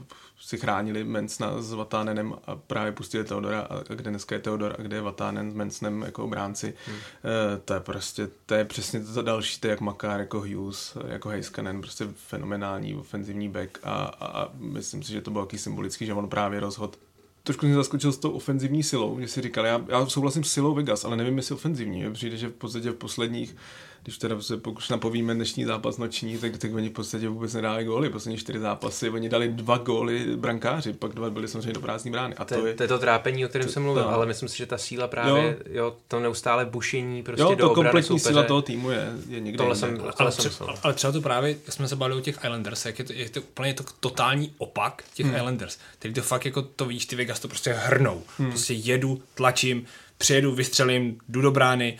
F: si chránili Mencna s Vatanenem a právě pustili Theodora a, a kde dneska je Theodor a kde je Vatanen s Mencnem jako obránci. Hmm. Uh, to je prostě, to je přesně to další, to je jak Makar, jako Hughes, jako Heiskanen, prostě fenomenální ofenzivní back a, a, a myslím si, že to bylo jaký symbolický, že on právě rozhodl. Trošku mě zaskočil s tou ofenzivní silou, že si říkal, já, já souhlasím s silou Vegas, ale nevím, jestli ofenzivní. Přijde, že v podstatě v posledních, když teda se pokud napovíme dnešní zápas noční, tak, tak oni v podstatě vůbec nedali góly. Poslední čtyři zápasy, oni dali dva góly brankáři, pak dva byly samozřejmě do prázdné brány. A to, to, je,
G: to je to trápení, o kterém jsem mluvil, no. Ale myslím si, že ta síla právě, jo, jo to neustále bušení prostě
F: jo,
G: do
F: to kompletní
G: soupeře.
F: síla toho týmu je, je někde
G: tohle
F: jinde.
G: jsem, tohle
H: ale,
G: jsem
H: třeba, ale třeba to právě, jak jsme se bavili o těch Islanders, jak je to, je to úplně to totální opak těch hmm. Islanders. Tedy to fakt jako to víš, ty Vegas to prostě hrnou. Hmm. Prostě jedu, tlačím, přijedu, vystřelím, jdu do brány.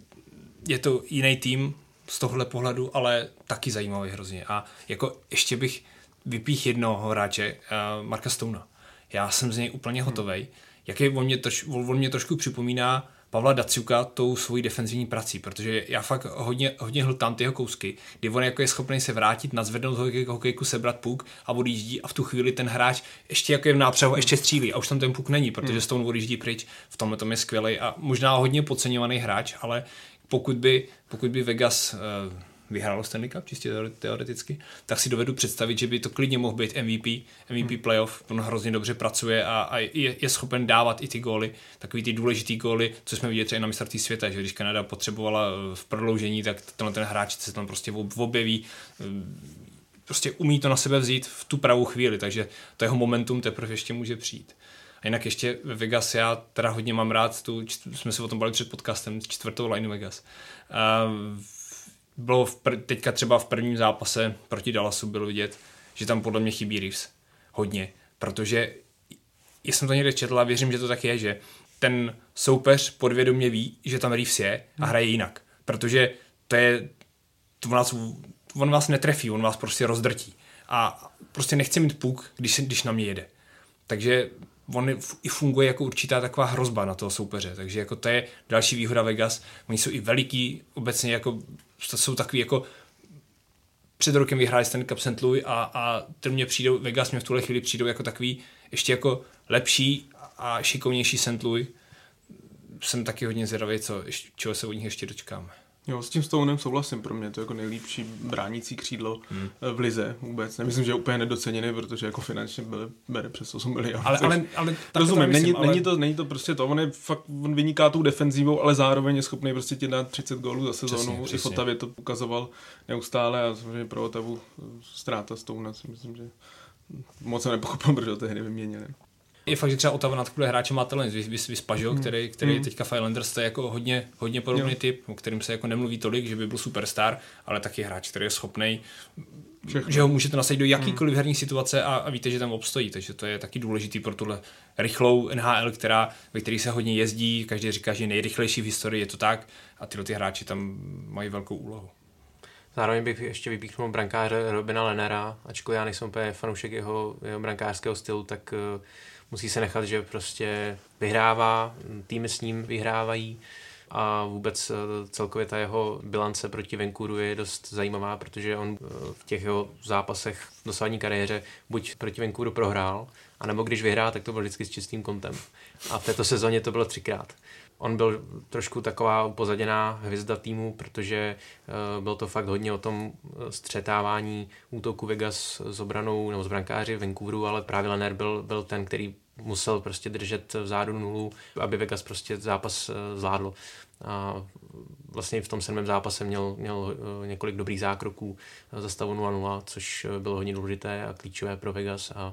H: Je to jiný tým z tohohle pohledu, ale taky zajímavý hrozně. A jako ještě bych vypích jednoho hráče, uh, Marka Stouna. Já jsem z něj úplně hotovej. Hmm. Jak je, on, mě troš, on mě trošku připomíná Pavla Daciuka tou svojí defenzivní prací, protože já fakt hodně, hodně hltám ty jeho kousky, kdy on jako je schopný se vrátit, nadzvednout hokejku, sebrat puk a odjíždí a v tu chvíli ten hráč ještě jako je v nápřehu a ještě střílí a už tam ten puk není, protože Stone odjíždí pryč. V tomhle tom je skvělý a možná hodně podceňovaný hráč, ale pokud by, pokud by Vegas uh, vyhrál Stanley Cup, čistě teoreticky, tak si dovedu představit, že by to klidně mohl být M V P, M V P hmm. playoff, on hrozně dobře pracuje a, a je, je schopen dávat i ty góly, takový ty důležitý góly, co jsme viděli třeba na mistrovství světa, že když Kanada potřebovala v prodloužení, tak tenhle ten hráč se tam prostě objeví, prostě umí to na sebe vzít v tu pravou chvíli, takže to jeho momentum teprve ještě může přijít. A jinak ještě ve Vegas, já teda hodně mám rád, tu, jsme se o tom bavili před podcastem, čtvrtou lineu Vegas. Uh, Bylo v pr- teďka třeba v prvním zápase proti Dallasu bylo vidět, že tam podle mě chybí Reeves. Hodně. Protože já jsem to někde četl a věřím, že to tak je, že ten soupeř podvědomě ví, že tam Reeves je a hraje jinak. Protože to je, to on, vás, on vás netrefí, on vás prostě rozdrtí. A prostě nechce mít puk, když, když na mě jede. Takže on i funguje jako určitá taková hrozba na toho soupeře. Takže jako to je další výhoda Vegas. Oni jsou i veliký, obecně jako to jsou takový jako před rokem vyhráli Stanley Cup Saint Louis a, a ten mě přijdou, Vegas mě v tuhle chvíli přijdou jako takový ještě jako lepší a šikovnější Saint Louis. Jsem taky hodně zvědavý, co, čeho se od nich ještě dočkáme.
F: Jo, s tím Stounem souhlasím, pro mě to je jako nejlepší bránící křídlo hmm. v lize vůbec. Nemyslím, že je úplně nedoceněný, protože jako finančně bere, bere přes osm milionů. Ale, ale, ale rozumím, není, ale... není, to, není to prostě to, on je fakt, on vyniká tou defenzívou, ale zároveň je schopný prostě ti dát třicet gólů za sezónu. I v Otavě to ukazoval neustále a samozřejmě pro Otavu ztráta Stouna si myslím, že moc se nepochopil, protože ho tehdy vyměnili.
H: Je fakt, že třeba Ottawa na takovýhle hráče má talent, Vyspažo, hmm. který, který hmm. teďka v Islanders, to je jako hodně, hodně podobný jo. typ, o kterým se jako nemluví tolik, že by byl superstar, ale taky hráč, který je schopnej, Všechno. že ho můžete nasadit do jakýkoliv hmm. herní situace a, a víte, že tam obstojí, takže to je taky důležitý pro tuhle rychlou N H L, která, ve které se hodně jezdí, každý říká, že je nejrychlejší v historii, je to tak a tyhle ty hráči tam mají velkou úlohu.
G: Zároveň bych ještě vypíchnul brankáře Robina Lehnera, ačkoliv já nejsem úplně fanoušek jeho, jeho brankářského stylu, tak uh, musí se nechat, že prostě vyhrává, týmy s ním vyhrávají a vůbec uh, celkově ta jeho bilance proti Vancouveru je dost zajímavá, protože on uh, v těch jeho zápasech v dosavadní kariéře buď proti Vancouveru prohrál, anebo když vyhrál, tak to bylo vždycky s čistým kontem. A v této sezóně to bylo třikrát. On byl trošku taková upozaděná hvězda týmu, protože uh, byl to fakt hodně o tom střetávání útoku Vegas s obranou nebo s brankáři v Vancouveru, ale právě Lehner byl, byl ten, který musel prostě držet vzadu nulu, aby Vegas prostě zápas uh, zvládlo. A vlastně v tom sedmém zápase měl, měl uh, několik dobrých zákroků za stavu nula nula, což bylo hodně důležité a klíčové pro Vegas a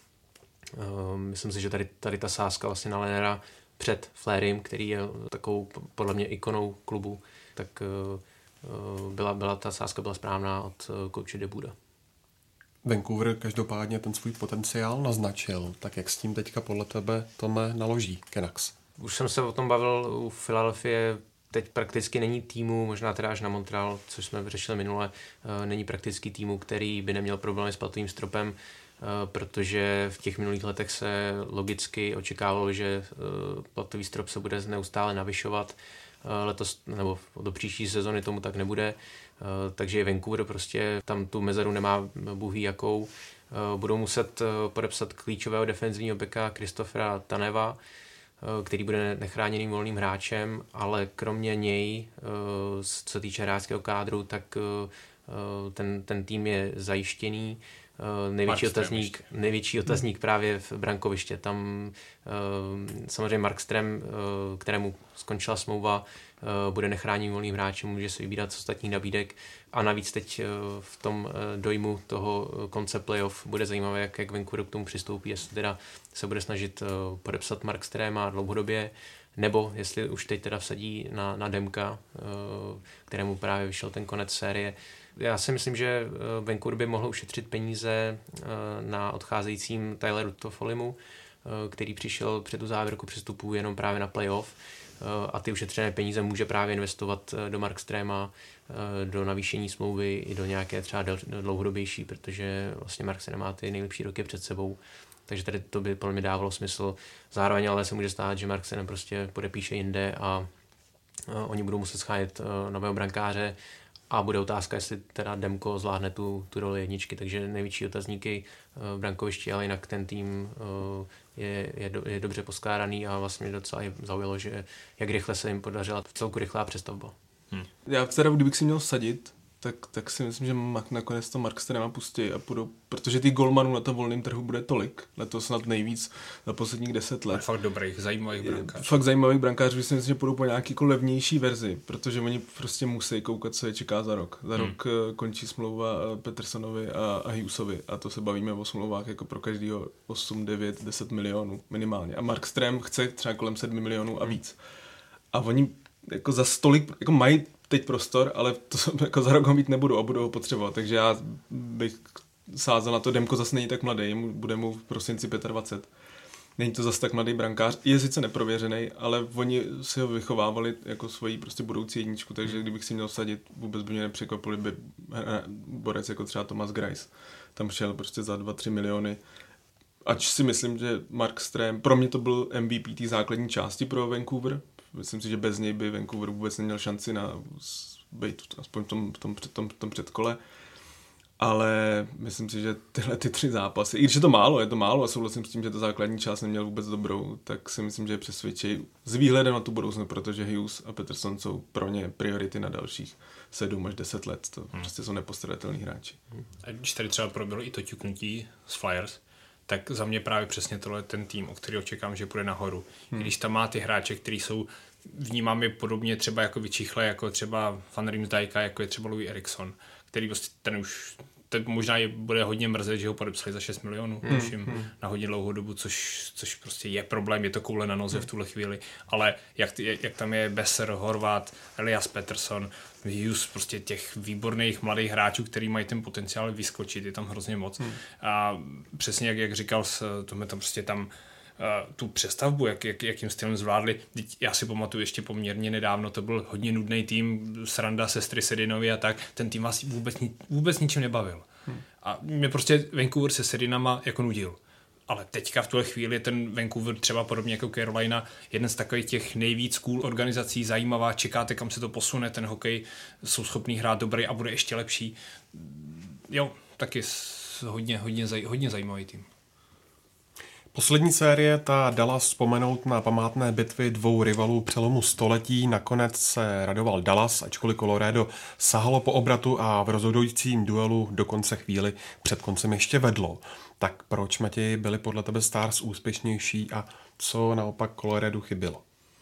G: uh, myslím si, že tady, tady ta sázka vlastně na Lehnera před Flairym, který je takovou podle mě ikonou klubu, tak uh, byla, byla ta sázka byla správná od uh, kouče Debuda.
E: Vancouver každopádně ten svůj potenciál naznačil, tak jak s tím teďka podle tebe, Tome, naloží Canucks?
G: Už jsem se o tom bavil u Philadelphie, teď prakticky není týmu, možná teda až na Montreal, což jsme řešili minule, uh, není prakticky týmu, který by neměl problémy s platovým stropem, protože v těch minulých letech se logicky očekávalo, že platový strop se bude neustále navyšovat. Letos nebo do příští sezony tomu tak nebude, takže Vancouver prostě tam tu mezeru nemá bůh ví jakou. Budou muset podepsat klíčového defenzivního beka Christophera Taneva, který bude nechráněným volným hráčem, ale kromě něj, co se týče hráčského kádru, tak ten, ten tým je zajištěný. Uh, největší, otazník, největší otazník právě v brankoviště. Tam uh, samozřejmě Markström, uh, kterému skončila smlouva, uh, bude nechráněným volným hráčem, může se vybírat z ostatních nabídek a navíc teď uh, v tom uh, dojmu toho konce playoff bude zajímavé, jak, jak Vancouver k tomu přistoupí, jestli teda se bude snažit uh, podepsat Markströma dlouhodobě, nebo jestli už teď teda vsadí na, na Demka, uh, kterému právě vyšel ten konec série. Já si myslím, že Vancouver by mohl ušetřit peníze na odcházejícím Tyleru Toffolimu, který přišel před tu závěrku přestupů jenom právě na playoff a ty ušetřené peníze může právě investovat do Markstrema, do navýšení smlouvy i do nějaké třeba dlouhodobější, protože vlastně Markstrem má ty nejlepší roky před sebou. Takže tady to by podle mě dávalo smysl. Zároveň ale se může stát, že Markstrem prostě podepíše jinde a oni budou muset schájet nového brankáře a bude otázka, jestli teda Demko zvládne tu, tu roli jedničky, takže největší otazníky v brankovišti, ale jinak ten tým je, je, do, je dobře poskládaný a vlastně docela zaujalo, že jak rychle se jim podařila celku rychlá přestavba.
F: Hmm. Já teda, kdybych si měl vsadit, tak, tak si myslím, že nakonec to Markstrema pustí a půjdou, protože ty golmanů na tom volném trhu bude tolik, letos snad nejvíc za posledních deset let.
H: Je fakt dobrých, zajímavých brankářů.
F: Fakt zajímavých brankářů, si myslím, že půjdou po nějaký jako levnější verzi, protože oni prostě musí koukat, co je čeká za rok. Za hmm. rok končí smlouva Petersonovi a, a Hughesovi a to se bavíme o smlouvách jako pro každýho osm, devět, deset milionů minimálně. A Markstrem chce třeba kolem sedm milionů a víc. A oni jako za stolik, jako mají teď prostor, ale to jako za rok ho mít nebudou a budou ho potřebovat, takže já bych sázel na to, Demko zase není tak mladý, bude mu v prosinci dvacet pět. Není to zase tak mladý brankář, je sice neprověřený, ale oni si ho vychovávali jako svoji prostě budoucí jedničku, takže kdybych si měl vsadit, vůbec by mě nepřekvapili by borec jako třeba Thomas Greiss. Tam šel prostě za dva tři miliony. Ač si myslím, že Markstrem, pro mě to byl M V P té základní části pro Vancouver. Myslím si, že bez něj by Vancouver vůbec neměl šanci na být aspoň v tom, v tom, v tom, v tom předkole. Ale myslím si, že tyhle ty tři zápasy, i když je to málo, je to málo a souhlasím s tím, že ta základní část neměl vůbec dobrou, tak si myslím, že je přesvědčí s výhledem na tu budoucnost, protože Hughes a Peterson jsou pro ně priority na dalších sedm až deset let. To hmm. prostě jsou nepostradatelní hráči.
H: A když tady třeba proběhlo i to ťuknutí z Flyers, tak za mě právě přesně tohle je ten tým, o který očekám, že půjde nahoru. Hmm. Když tam má ty hráče, kteří jsou, vnímám je podobně třeba jako vyčichle, jako třeba Van Riemsdijka, jako je třeba Louis Eriksson, který prostě ten už, ten možná je, bude hodně mrzet, že ho podepsali za šest milionů, hmm. hmm. na hodně dlouhou dobu, což, což prostě je problém, je to koule na noze hmm. v tuhle chvíli, ale jak, jak tam je Besser, Horvat, Elias Pettersson, Hughes, prostě těch výborných mladých hráčů, který mají ten potenciál vyskočit, je tam hrozně moc. Hmm. A přesně jak, jak říkal, to tam prostě tam uh, tu přestavbu, jak, jak, jakým stylem zvládli. Já si pamatuju ještě poměrně nedávno, to byl hodně nudný tým, sranda sestry Sedinovi a tak, ten tým vás vůbec, vůbec ničem nebavil. Hmm. A mě prostě Vancouver se Sedinama jako nudil. Ale teďka v tuhle chvíli je ten Vancouver třeba podobně jako Carolina jeden z takových těch nejvíc cool organizací, zajímavá, čekáte, kam se to posune, ten hokej jsou schopný hrát dobrý a bude ještě lepší. Jo, taky hodně, hodně, zaj, hodně zajímavý tým.
E: Poslední série ta dala vzpomenout na památné bitvy dvou rivalů přelomu století. Nakonec se radoval Dallas, ačkoliv Colorado sahalo po obratu a v rozhodujícím duelu do konce chvíli před koncem ještě vedlo. Tak proč, Matěji, byli podle tebe Stars úspěšnější a co naopak Colorado chybělo?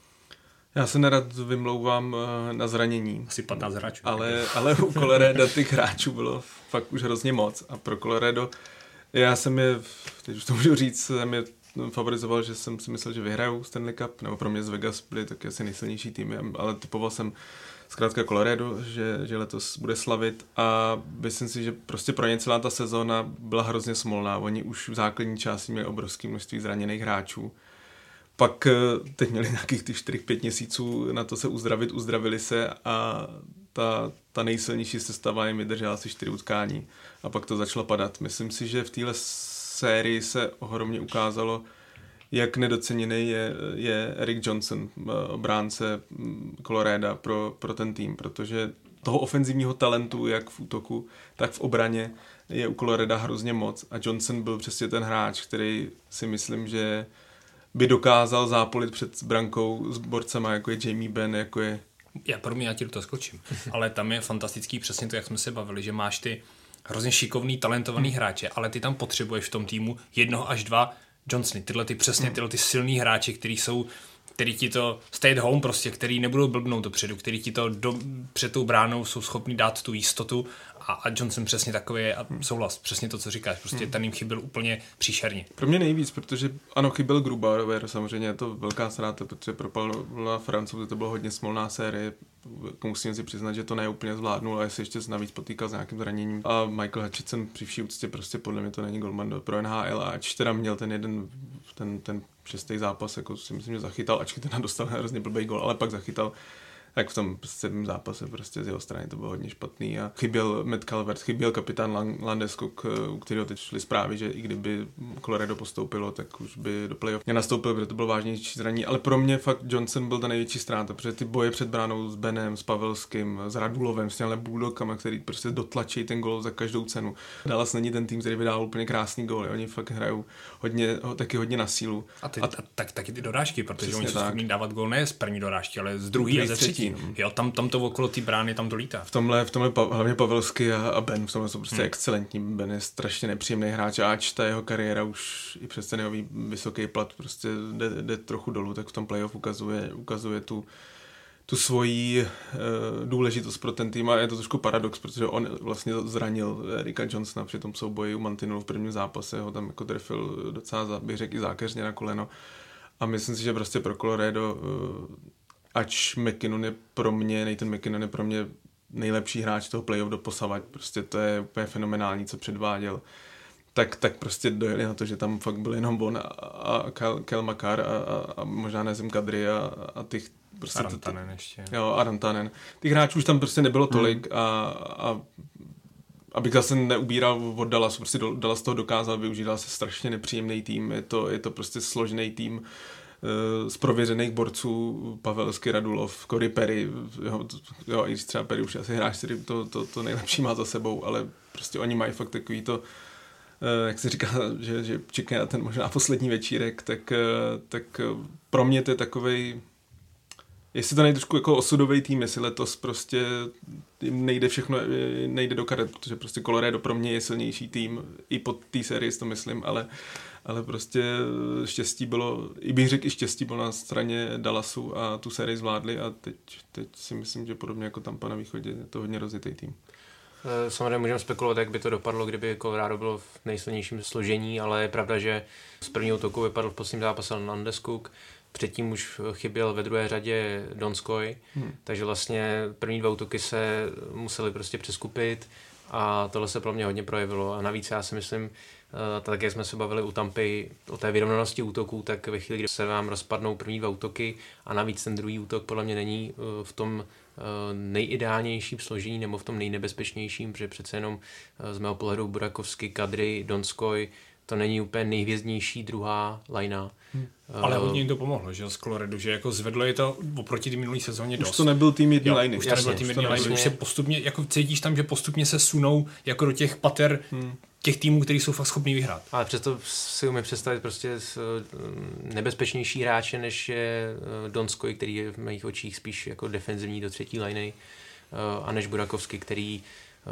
F: Já se nerad vymlouvám na zranění.
H: Asi patnáct hráčů.
F: Ale, ale u Colorado těch hráčů bylo fakt už hrozně moc a pro Colorado já jsem je, teď už to můžu říct, jsem je favorizoval, že jsem si myslel, že vyhrajou Stanley Cup, nebo pro mě z Vegas byly taky asi nejsilnější týmy, ale typoval jsem zkrátka Colorado, že, že letos bude slavit a myslím si, že prostě pro ně celá ta sezóna byla hrozně smolná. Oni už v základní části měli obrovské množství zraněných hráčů. Pak teď měli nějakých těch čtyři pět měsíců na to se uzdravit, uzdravili se a ta, ta nejsilnější sestava jim vydržela asi čtyři utkání a pak to začalo padat. Myslím si, že v téhle sérii se ohromně ukázalo, jak nedoceněný je, je Erik Johnson, obránce Colorado pro, pro ten tým, protože toho ofenzivního talentu, jak v útoku, tak v obraně, je u Colorado hrozně moc a Johnson byl přesně ten hráč, který si myslím, že by dokázal zápolit před brankou s borcema, jako je Jamie Benn, jako je...
H: Já pro mě, já ti do toho skočím, ale tam je fantastický přesně to, jak jsme se bavili, že máš ty hrozně šikovný, talentovaný hráče, ale ty tam potřebuješ v tom týmu jednoho až dva Johnsony, tyhle ty přesně tyhle ty silný hráči, kteří jsou, který ti to stay at home prostě, který nebudou blbnout dopředu, který ti to do, před tou bránou jsou schopni dát tu jistotu a, a Johnson přesně takový je a souhlas, přesně to, co říkáš, prostě ten jim chyběl úplně příšerně.
F: Pro mě nejvíc, protože ano, chyběl Grubauer, samozřejmě je to velká ztráta, protože propal na Francouzi, to byla hodně smolná série, musím si přiznat, že to ne úplně zvládnul a jestli ještě navíc potýkal s nějakým zraněním. A Michael Hutchinson při vší úctě prostě podle mě to není golman pro N H L, ač teda měl ten jeden ten, ten šestý zápas jako si myslím, že zachytal, ačkej teda dostal hrozně blbej gol, ale pak zachytal. Tak v tom sedmém zápase prostě z jeho strany to bylo hodně špatný a chyběl Matt Calvert, chyběl kapitán Landeskog, u kterého teď šly zprávy, že i kdyby Colorado postoupilo, tak už by do playoff nenastoupil, protože to bylo vážnější zranění, ale pro mě fakt Johnson byl ta největší ztráta, protože ty boje před bránou s Benem, s Pavelským, s Radulovem, s těmi Bulldogama, který prostě dotlačí ten gól za každou cenu. Dallas není ten tým, který vydal úplně krásný góly, oni fakt hrajou hodně, taky hodně na sílu.
H: A, ty, a, a tak, taky ty dorážky, protože oni jsou
F: tak.
H: schopní dávat gól ne z první dorážky, ale z druhé a ze třetí. Jo, tam, tam to okolo té brány, tam to lítá.
F: V tomhle, v tomhle hlavně Pavelsky a, a Ben, v tomhle jsou prostě hmm. excelentní. Ben je strašně nepříjemný hráč a ač ta jeho kariéra už i přes ten jeho vysoký plat prostě jde, jde trochu dolů, tak v tom playoff ukazuje, ukazuje tu, tu svoji uh, důležitost pro ten tým a je to trošku paradox, protože on vlastně zranil Erika Johnsona při tom souboji u Mantinelu v prvním zápase, ho tam jako trefil docela, bych řekl, i zákeřně na koleno a myslím si, že prostě pro Colorado uh, ač McKinnon je pro mě, Nathan McKinnon je pro mě nejlepší hráč toho playoff doposavad, prostě to je úplně fenomenální, co předváděl, tak, tak prostě dojeli na to, že tam fakt byl jenom on a, a Kel Makar a, a, a možná Nazem Kadri a, a těch prostě...
H: A Rantanen ještě.
F: Jo, a Rantanen. Těch hráčů už tam prostě nebylo tolik hmm. a, a abych zase neubíral od Dallasu, prostě Dallas toho dokázal využít, se strašně nepříjemný tým, je to, je to prostě složený tým z prověřených borců Pavelsky, Radulov, Corey Perry, jo, jo, i když třeba Perry už asi hráč, který to, to, to nejlepší má za sebou, ale prostě oni mají fakt takový to, jak se říká, že, že čeká na ten možná poslední večírek, tak, tak pro mě to je takovej, jestli to nejde trošku jako osudový tým, jestli letos prostě jim nejde všechno, nejde do karet, protože prostě Colorado pro mě je silnější tým, i pod té sérii to myslím, ale ale prostě štěstí bylo, i bych řekl, i štěstí bylo na straně Dallasu a tu sérii zvládli a teď, teď si myslím, že podobně jako Tampa na východě je to hodně rozjetý tým.
G: Samozřejmě můžeme spekulovat, jak by to dopadlo, kdyby Colorado bylo v nejsilnějším složení, ale je pravda, že z prvního útoku vypadl v posledním zápase Landeskog, předtím už chyběl ve druhé řadě Donskoj, hmm. takže vlastně první dva útoky se museli prostě přeskupit a tohle se pro mě hodně projevilo a navíc já si myslím, tak jak jsme se bavili u Tampy o té vyrovnanosti útoků, tak ve chvíli, kdy se vám rozpadnou první dva útoky a navíc ten druhý útok podle mě není v tom nejideálnějším složení nebo v tom nejnebezpečnějším, protože přece jenom z mého pohledu Burakovsky, Kadri, Donskoj, to není úplně nejhvězdnější druhá lajna.
H: Hmm. Ale hodně jim to pomohlo, že z Colorado, že jako zvedlo je to oproti té minulý sezóně dost.
F: Už to nebyl tým jedné lajny.
H: Už to nebyl tým jedné lajny. Už se postupně, jako cítíš tam, že postupně se sunou jako do těch pater hmm. těch týmů, který jsou fakt schopní vyhrát.
G: Ale přesto si umím představit prostě nebezpečnější hráče, než je Donskoj, který je v mých očích spíš jako defenzivní do třetí lajny, a než Burakovsky, který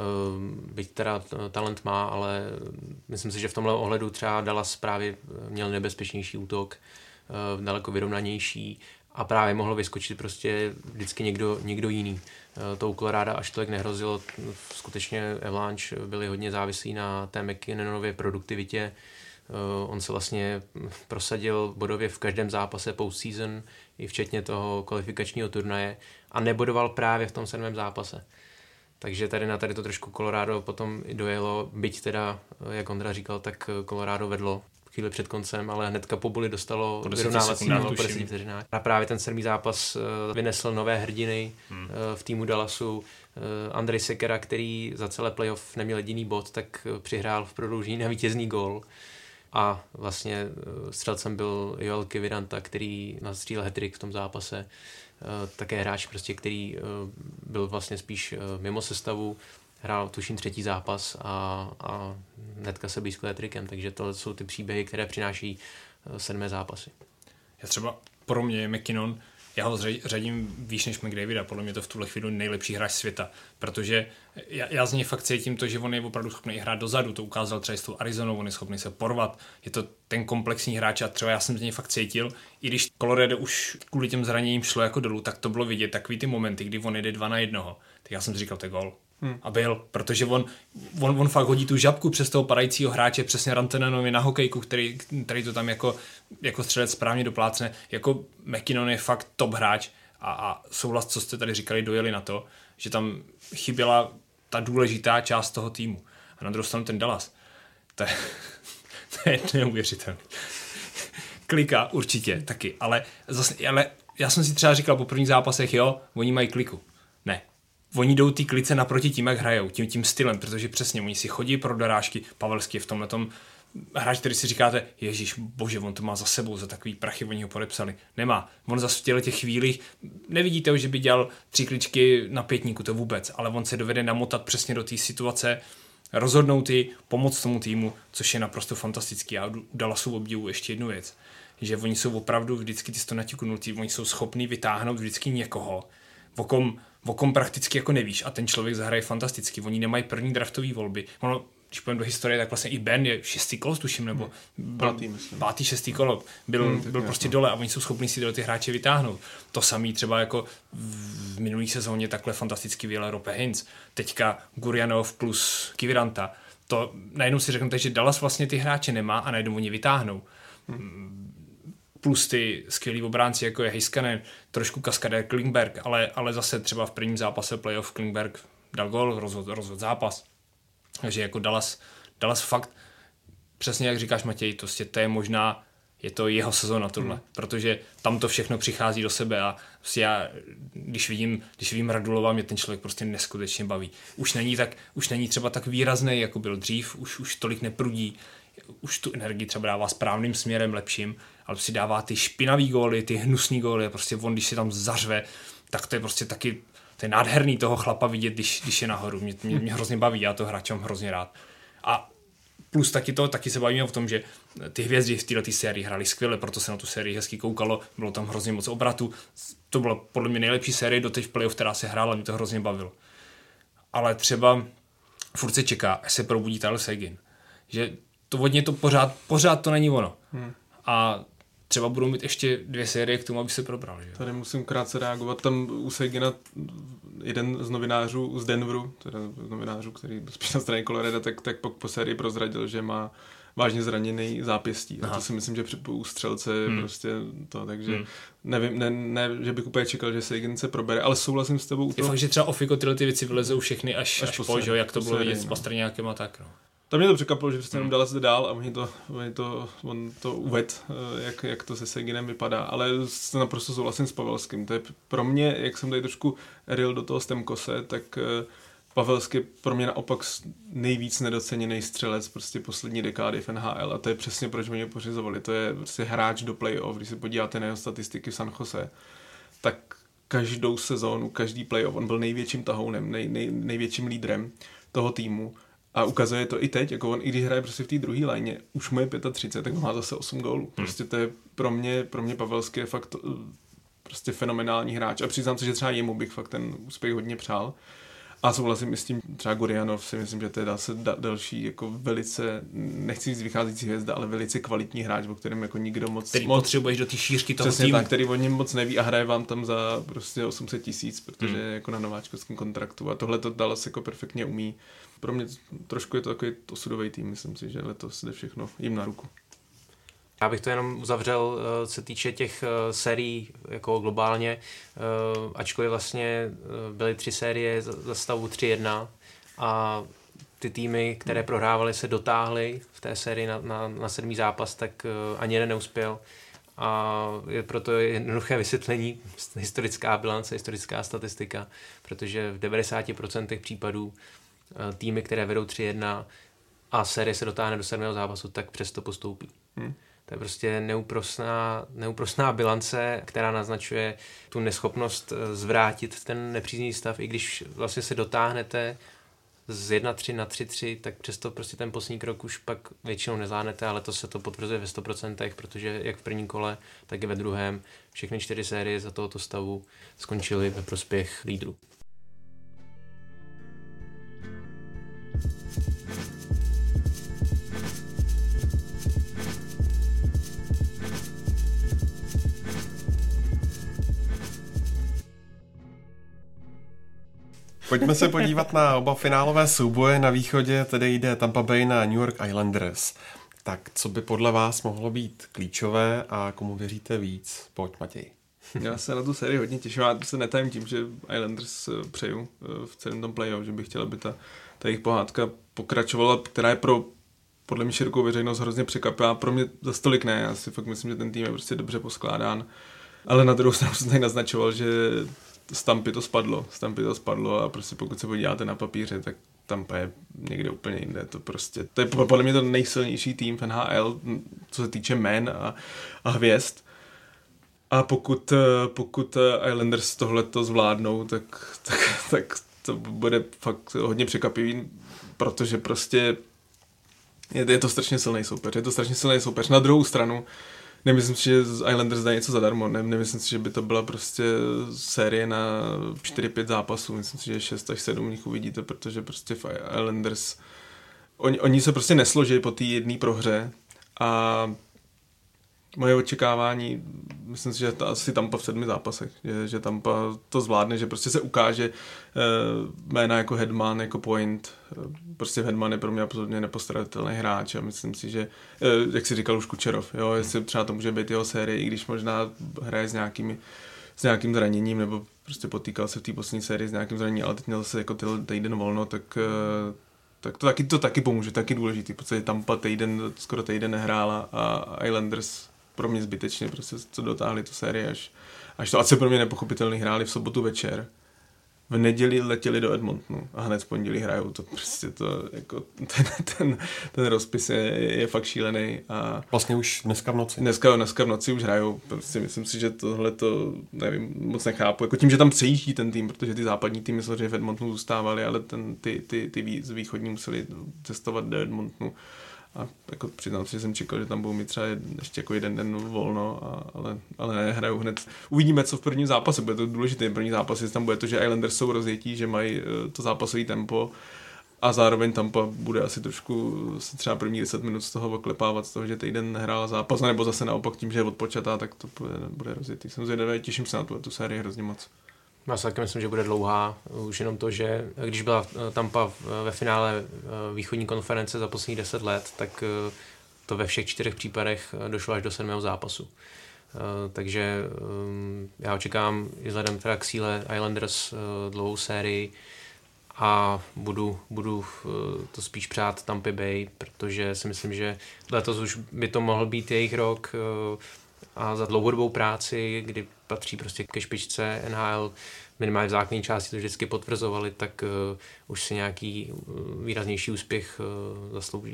G: byť teda talent má, ale myslím si, že v tomhle ohledu třeba Dallas právě měl nebezpečnější útok, daleko vyrovnanější a právě mohlo vyskočit prostě vždycky někdo, někdo jiný. To u Colorado až tolik nehrozilo. Skutečně Avalanche byli hodně závislí na té McKinnonově produktivitě. On se vlastně prosadil bodově v každém zápase postseason, i včetně toho kvalifikačního turnaje a nebodoval právě v tom sedmém zápase. Takže tady na tady to trošku Colorado potom i dojelo, byť teda, jak Ondra říkal, tak Colorado vedlo chvíli před koncem, ale hnedka po boli dostalo vyrovnávací gól po deseti vteřinách. A právě ten sedmý zápas vynesl nové hrdiny hmm. v týmu Dallasu. Andrej Sekera, který za celé playoff neměl jediný bod, tak přihrál v prodloužení na vítězný gól. A vlastně střelcem byl Joel Kiviranta, který nastřílel hat-trick v tom zápase. Také hráč, prostě, který byl vlastně spíš mimo sestavu, hrál tuším třetí zápas a, a hnedka se blízko hat-trickem, takže to jsou ty příběhy, které přináší sedmé zápasy.
H: Já třeba pro mě McKinnon, já ho řadím výš než McDavida, podle mě to v tuhle chvíli nejlepší hráč světa, protože já, já z něj fakt cítím to, že on je opravdu schopný hrát dozadu, to ukázal třeba s tou Arizonou, on je schopný se porvat, je to ten komplexní hráč a třeba já jsem z něj fakt cítil, i když Colorado už kvůli těm zraněním šlo jako dolů, tak to bylo vidět, takový ty momenty, kdy on jede dva na jednoho, tak já jsem si říkal, to je gól. Hmm. A byl, protože on, on, on fakt hodí tu žabku přes toho padajícího hráče, přesně Rantanenovi na hokejku, který, který to tam jako, jako střelec správně doplácne. Jako McKinnon je fakt top hráč a, a souhlas, co jste tady říkali, dojeli na to, že tam chyběla ta důležitá část toho týmu. A na druhou stranu ten Dallas, to je, to je neuvěřitelný. Klika určitě taky, ale, zase, ale já jsem si třeba říkal po prvních zápasech, jo, oni mají kliku. Ne. Oni jdou ty klice naproti tím, jak hrajou, tím, tím stylem, protože přesně oni si chodí pro dorážky. Pavelský je v tomhletom hráč, který si říkáte, ježíš, bože, on to má za sebou, za takový prachy, oni ho podepsali. Nemá. On zase v těle těch chvílích, nevidíte ho, že by dělal tři kličky na pětníku, to vůbec, ale on se dovede namotat přesně do té situace, rozhodnout ji, pomoct tomu týmu, což je naprosto fantastický. Já u Dallasu obdivuju ještě jednu věc, že oni jsou opravdu vždycky ty stonatiknutí, oni jsou schopní vytáhnout vždycky někoho, o kom, o kom prakticky jako nevíš a ten člověk zahraje fantasticky. Oni nemají první draftové volby. Ono, když půjdeme do historie, tak vlastně i Ben je šestý kolo, tuším, nebo
F: pátý, myslím.
H: pátý, šestý kolo. Byl, hmm, byl prostě jasno. Dole a oni jsou schopní si do ty hráče vytáhnout. To samý třeba jako v minulý sezóně takhle fantasticky vyjel Roope Hintz. Teďka Gurianov plus Kiviranta. To najednou si řeknete, že Dallas vlastně ty hráče nemá a najednou oni vytáhnou. Hmm. Plus ty skvělý obránci, jako je Heiskanen, trošku kaskadér Klingberg, ale, ale zase třeba v prvním zápase playoff Klingberg dal gol, rozhod, rozhod zápas. Takže jako Dallas, Dallas fakt, přesně jak říkáš Matěj, to, to je možná, je to jeho sezóna tohle, hmm. protože tam to všechno přichází do sebe a já, když vidím, když vidím Radulova, mě ten člověk prostě neskutečně baví. Už není, tak, už není třeba tak výrazný, jako byl dřív, už, už tolik neprudí, už tu energii třeba dává správným směrem, lepším, ale si dává ty špinavý góly, ty hnusný góly a prostě on, když se tam zařve, tak to je prostě taky, to je nádherný toho chlapa vidět, když, když je nahoru. Mě, mě, mě hrozně baví, já to hráč mám hrozně rád. A plus taky to, taky se bavíme v tom, že ty hvězdy v této sérii hrály skvěle, proto se na tu sérii hezky koukalo, bylo tam hrozně moc obratů. To byla podle mě nejlepší série doteď v playoff, která se hrála, mě to hrozně bavilo. Ale třeba furt se čeká, až se probudí Tyler Seguin. Že to vodně to pořád, pořád to není ono. Hmm. A třeba budou mít ještě dvě série k tomu, aby se probral. Že?
F: Tady musím krátce reagovat. Tam u Seguina jeden z novinářů z Denveru, teda z novinářů, který byl spíš na straně Colorada, tak, tak po, po sérii prozradil, že má vážně zraněný zápěstí. A to si myslím, že při u střelce hmm. prostě to, takže hmm. nevím, ne, ne, že bych úplně čekal, že Seguin se probere, ale souhlasím s tebou.
H: Je fakt, že třeba Ofiko tyhle ty věci vylezou všechny až, až, až po, po sérii, jak to bylo vidět s Pastrňákem a tak. No.
F: Tam mě to překvapilo, že přesně jenom Dallas jde dál a oni to, oni to, on to uved, jak, jak to se Seguinem vypadá, ale naprosto souhlasím s Pavelským. To je pro mě, jak jsem tady trošku ril do toho Stemkose, tak Pavelský je pro mě naopak nejvíc nedoceněný střelec prostě poslední dekády v N H L a to je přesně proč oni ho pořizovali. To je prostě hráč do playoff, když se podíváte na jeho statistiky v San Jose, tak každou sezónu, každý playoff, on byl největším tahounem, nej, nej, největším lídrem toho týmu. A ukazuje to i teď, jako on, i když hraje prostě v té druhé lajně, už mu je třicet pět, tak má zase osm gólů. Prostě to je pro mě, pro mě Pavelský je fakt prostě fenomenální hráč. A přiznám se, že třeba jemu bych fakt ten úspěch hodně přál. A souhlasím i s tím, třeba Gurianov si myslím, že to je zase další jako velice, nechci říct vycházející hvězda, ale velice kvalitní hráč, o kterém jako nikdo moc...
H: Který
F: moc,
H: potřebuješ do té šířky toho
F: přesně
H: týmu.
F: Tak, který o něm moc neví a hraje vám tam za prostě osm set tisíc, protože hmm. je jako na nováčkovském kontraktu a tohle to Dallas jako perfektně umí. Pro mě trošku je to takový osudový tým, myslím si, že letos jde všechno jim na ruku.
G: Já bych to jenom uzavřel, co se týče těch sérií jako globálně, ačkoliv vlastně byly tři série za stavu tři jedna a ty týmy, které prohrávaly, se dotáhly v té sérii na, na, na sedmý zápas, tak ani jeden neuspěl. A je proto jednoduché vysvětlení, historická bilance, historická statistika, protože v devadesát procent případů týmy, které vedou tři jedna a série se dotáhne do sedmého zápasu, tak přesto postoupí. Hmm. To je prostě neúprosná, neúprosná bilance, která naznačuje tu neschopnost zvrátit ten nepříznivý stav, i když vlastně se dotáhnete z jedna tři na tři tři, tak přesto prostě ten poslední krok už pak většinou nezvládnete, ale to se to potvrzuje ve sto procent, protože jak v prvním kole, tak i ve druhém všechny čtyři série za tohoto stavu skončily ve prospěch lídrů.
E: Pojďme se podívat na oba finálové souboje. Na východě tedy jde Tampa Bay na New York Islanders. Tak co by podle vás mohlo být klíčové a komu věříte víc? Pojď, Matěj.
F: Já se na tu sérii hodně těším. Já se netajím tím, že Islanders přeju v celém tom playoff, že bych chtěl, aby ta, ta jejich pohádka pokračovala, která je pro podle mě širokou veřejnost hrozně překvapila. Pro mě za stolik ne, já si fakt myslím, že ten tým je prostě dobře poskládán. Ale na druhou stranu jsem tady naznačoval, že z Tampy to spadlo. Z Tampy to spadlo a prostě pokud se podíváte na papíře, tak Tampa je někde úplně jinde. To prostě, to je podle mě to nejsilnější tým v N H L, co se týče jmen a, a hvězd. A pokud, pokud Islanders tohleto zvládnou, tak, tak, tak to bude fakt hodně překvapivý, protože prostě je, je to strašně silný soupeř. Je to strašně silný soupeř. Na druhou stranu nemyslím si, že Islanders dají něco zadarmo. Ne, nemyslím si, že by to byla prostě série na čtyři pět zápasů. Myslím si, že šest až sedm nich uvidíte, protože prostě v Islanders oni, oni se prostě nesloží po té jedné prohře a moje očekávání, myslím si, že to asi Tampa v sedmi zápasech, že, že Tampa to zvládne, že prostě se ukáže uh, jména jako Hedman, jako Point. Prostě Hedman je pro mě absolutně nepostradatelný hráč a myslím si, že, uh, jak si říkal už Kučerov, jo, jestli třeba to může být jeho série, i když možná hraje s, nějakými, s nějakým zraněním, nebo prostě potýkal se v té poslední sérii s nějakým zraněním, ale teď měl se jako týden volno, tak uh, tak to taky, to taky pomůže, taky důležitý, protože Tampa týden, skoro týden nehrála a Islanders pro mě zbytečně, prostě co dotáhli tu sérii až, až to, ať se pro mě nepochopitelný hráli v sobotu večer. V neděli letěli do Edmontonu a hned v pondělí hrajou. To prostě to, jako, ten, ten, ten rozpis je, je fakt šílený. A
E: vlastně už dneska v noci.
F: Dneska, dneska v noci už hrajou. Prostě myslím si, že tohle to, nevím, moc nechápu. Jako tím, že tam přejíždí ten tým, protože ty západní týmy samozřejmě v Edmontonu zůstávaly, ale ten, ty, ty, ty z východní museli cestovat do Edmontonu. A jako přiznám si, že jsem čekal, že tam budou mít třeba ještě jako jeden den volno, a, ale, ale ne, hrajou hned. Uvidíme, co v prvním zápase, bude to důležité. První zápas, jestli tam bude to, že Islanders jsou rozjetí, že mají to zápasové tempo a zároveň Tampa bude asi trošku se třeba první deset minut z toho oklepávat z toho, že týden nehrála zápas, nebo zase naopak tím, že je odpočatá, tak to bude, bude rozjetý. Jsem zvědavý, těším se na tu, tu sérii hrozně moc.
G: Já si taky myslím, že bude dlouhá. Už jenom to, že když byla Tampa ve finále východní konference za posledních deset let, tak to ve všech čtyřech případech došlo až do sedmého zápasu. Takže já očekávám i vzhledem teda k síle Islanders dlouhou sérii a budu, budu to spíš přát Tampa Bay, protože si myslím, že letos už by to mohl být jejich rok a za dlouhodobou práci, kdy patří prostě ke špičce N H L, minimálně v základní části to vždycky potvrzovali, tak uh, už si nějaký uh, výraznější úspěch uh, zaslouží.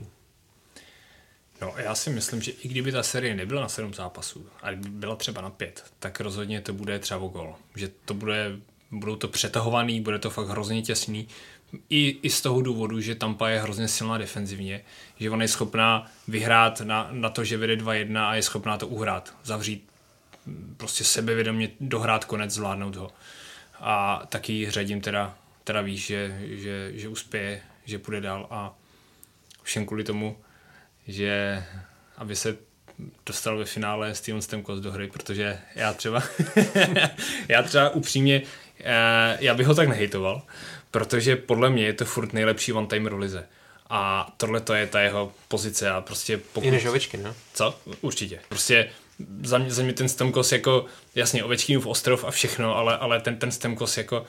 H: No, já si myslím, že i kdyby ta série nebyla na sedm zápasů, ale by byla třeba na pět, tak rozhodně to bude třeba o gól. Že to bude, budou to přetahovaný, bude to fakt hrozně těsný. I, i z toho důvodu, že Tampa je hrozně silná defenzivně, že ona je schopná vyhrát na, na to, že vede dva jedna a je schopná to uhrát, zavřít, prostě sebevědomě dohrát konec, zvládnout ho. A taky řadím teda, teda víš, že, že, že uspěje, že půjde dál a všem kvůli tomu, že aby se dostal ve finále Steven Stamkos do hry, protože já třeba já třeba upřímně já bych ho tak nehejtoval, protože podle mě je to furt nejlepší one-timer v lize. A tohle to je ta jeho pozice a prostě pokud...
G: I než Ovečkin, no?
H: Co? Určitě. Prostě za mě, za mě ten Stamkos jako, jasně, Ovečkinův ostrov a všechno, ale, ale ten, ten Stamkos jako,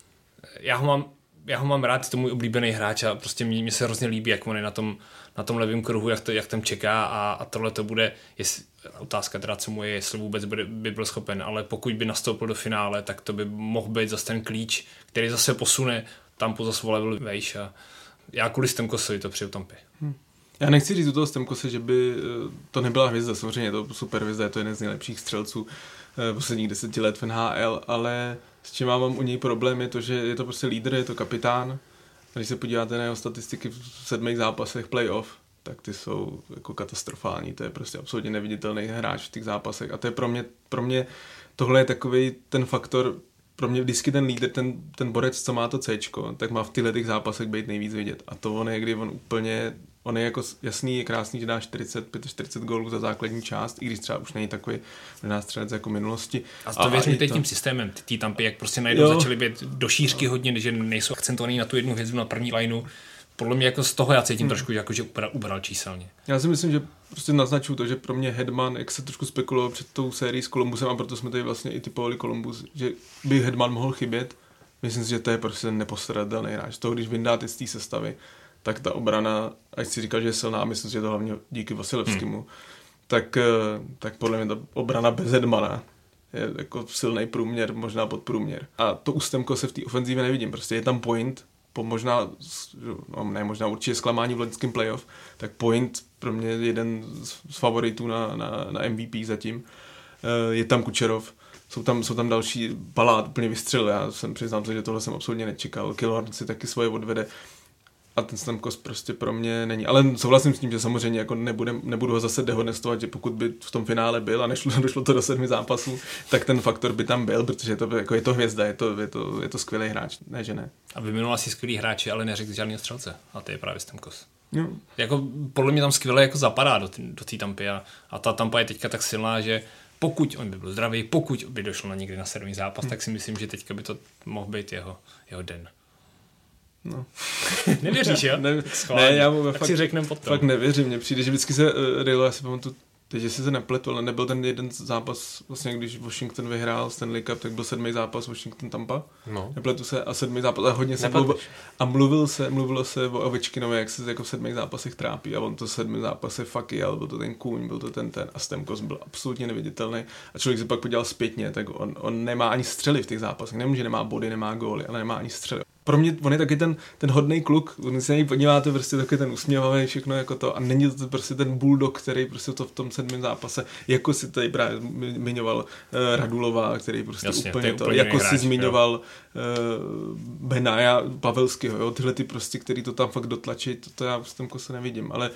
H: já ho mám, já ho mám rád, je to můj oblíbený hráč a prostě mě, mě se hrozně líbí, jak on je na tom, na tom levém kruhu, jak, to, jak tam čeká a, a tohle to bude, jestli, otázka teda, co mu je, jestli vůbec by, by byl schopen, ale pokud by nastoupil do finále, tak to by mohl být zase ten klíč, který zase posune tam po zase level vejš a já kvůli Stamkosovi to přijel Tampy.
F: Hmm. Já nechci říct u toho Stamkose, že by to nebyla hvězda, samozřejmě je to super hvězda, je to jeden z nejlepších střelců posledních deseti let v N H L, ale s čím mám u něj problém je to, že je to prostě lídr, je to kapitán. Když se podíváte na jeho statistiky v sedmých zápasech playoff, tak ty jsou jako katastrofální, to je prostě absolutně neviditelný hráč v těch zápasech a to je pro mě, pro mě tohle je takový ten faktor, pro mě vždycky ten lídr, ten, ten borec, co má to Cčko, tak má v těchto těch zápasech být nejvíc vidět a to on je, kdy on úplně on je jako jasný, je krásný, že dá čtyřicet pět čtyřicet gólů za základní část, i když třeba už není takový střelec jako minulosti.
H: A to věřím teď to... tím systémem, ty Tampy, jak prostě najednou začaly být do šířky hodně, že nejsou akcentovaný na tu jednu hvězdu na první lineu. Podle mě jako z toho já cítím hmm. trošku, jako, že ubral, ubral číselně.
F: Já si myslím, že prostě naznačuju to, že pro mě Hedman, jak se trošku spekuloval před tou sérií s Columbusem, a proto jsme tady vlastně i typovali Columbus, že by Hedman mohl chybět. Myslím si, že to je prostě nepostradatelný hráč. Z toho, když vyndáte z té sestavy, tak ta obrana, ať si říkal, že je silná, myslím si, že to hlavně díky Vasilevskému, hmm. tak, tak podle mě ta obrana bez Hedmana je jako silný průměr, možná podprůměr. A to Ústemko se v té ofenzívě nevidím, prostě je tam Point, po možná, no ne, možná určitě zklamání v loňském playoff, tak Point pro mě je jeden z favoritů na, na, na M V P zatím. Je tam Kučerov, jsou tam, jsou tam další, Palát úplně vystřelil, já jsem přiznám se, že tohle jsem absolutně nečekal, Killorn si taky svoje odvede a ten Stamkos prostě pro mě není, ale souhlasím s tím, že samozřejmě jako nebude, nebudu ho zase dehonestovat, že pokud by v tom finále byl a nešlo, došlo to do sedmi zápasů, tak ten faktor by tam byl, protože to, jako je to hvězda, je to, je to, je to skvělý hráč, ne že ne.
H: A vyminul asi skvělý hráči, ale neřekl žádný střelce a to je právě Stamkos.
F: No.
H: Jako podle mě tam skvěle jako zapadá do té do Tampy a, a ta Tampa je teďka tak silná, že pokud on by byl zdravý, pokud by došlo na někdy na sedmý zápas, hmm. tak si myslím, že teďka by to mohl být jeho, jeho den.
F: No.
H: Nevěříš, jo?
F: Ne, ne, já mu
H: tak
F: fakt,
H: si řekneme potom.
F: Fakt nevěřím, mně přijde, že vždycky se uh, Rilo, já si pamatuju, teď, že si se nepletu, ale nebyl ten jeden zápas, vlastně když Washington vyhrál Stanley Cup, tak byl sedmý zápas Washington Tampa. No. Nepletu se a sedmý zápas, a hodně se mluvil, a mluvil se, mluvilo se o Ovečkinovi, jak se jako v sedmých zápasech trápí a on to sedmý zápasy fuck jel, byl to ten kůň, byl to ten ten a Stamkos byl absolutně neviditelný a člověk se pak podíval zpětně, tak on, on nemá ani střely v těch zápasech, nemůže, nemá body, nemá góly, ale nemá ani střely. Pro mě on je taky ten, ten hodnej kluk, on se na něj podíváte, prostě taky ten usměvavý, všechno jako to a není to prostě ten bulldog, který prostě to v tom sedmém zápase, jako si tady právě zmiňoval uh, Radulova, který prostě Jasně, úplně to, úplně jako si zmiňoval uh, Benaja Pavelského, jo, tyhle ty prostě, který to tam fakt dotlačí, to, to já v tom se nevidím, ale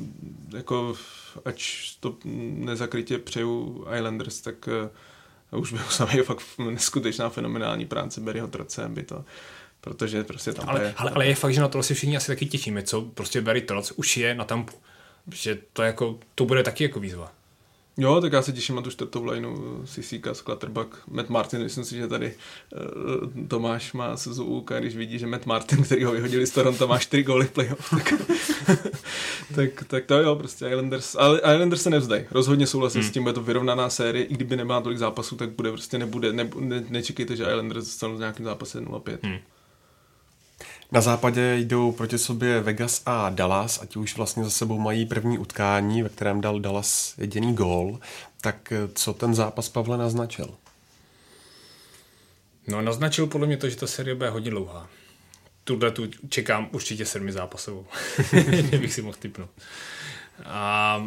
F: jako ať to nezakrytě přeju Islanders, tak uh, už bych samý fakt neskutečná fenomenální práce Barryho Trotze, by to protože prostě tam
H: ale,
F: je...
H: Ale, ale je fakt, že na to si všichni asi taky těšíme, co prostě Barry Trotz už je na Tampu. Že to jako, to bude taky jako výzva.
F: Jo, tak já se těším na tu čtvrtou lineu Sisika, Clutterbuck, Matt Martin, myslím si, že tady uh, Tomáš má Suzuka, když vidí, že Matt Martin, který ho vyhodili z Toronto, má čtyři góly v playoff, tak, tak, tak to jo, prostě Islanders, ale Islanders se nevzdají, rozhodně souhlasím hmm. s tím, bude to vyrovnaná série, i kdyby nebyla tolik zápasů, tak bude prostě nebude, ne, ne, nečekejte, že Islanders dostanou v nějakém zápase nula pět. Hmm.
E: Na západě jdou proti sobě Vegas a Dallas a ti už vlastně za sebou mají první utkání, ve kterém dal Dallas jediný gól. Tak co ten zápas, Pavle, naznačil?
H: No naznačil podle mě to, že ta série bude hodně dlouhá. Tuhle tu čekám určitě sedmi zápasovou. Nebych si mohl tipnout. A